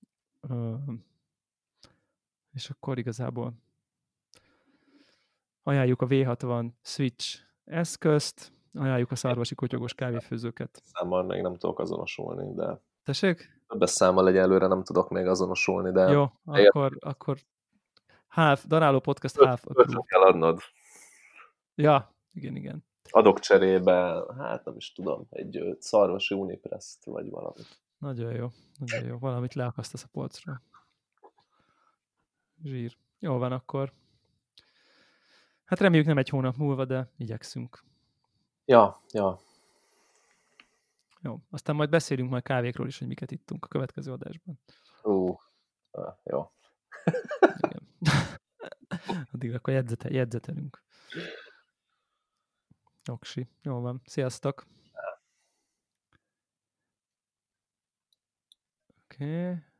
és akkor igazából ajánljuk a vé hatvan Switch eszközt, ajánljuk a szarvasi kotyogos kávéfőzőket. Számmal még nem tudok azonosulni, de... Tessék? Többes számmal egyelőre nem tudok még azonosulni, de... Jó, akkor, akkor half, Daráló Podcast half approved. kell adnod. Ja, igen, igen. Adok cserébe, hát nem is tudom, egy szarvasi Unipress-t, vagy valami. Nagyon jó, nagyon jó. Valamit leakasztasz a polcra. Zsír. Jó van akkor. Hát reméljük nem egy hónap múlva, de igyekszünk. Ja, ja. Jó, aztán majd beszélünk majd kávékról is, hogy miket ittunk a következő adásban. Ú, uh, uh, jó. Igen. Addig akkor jegyzete, jegyzetelünk. Oksi. Jó van. Sziasztok! Oké. Okay.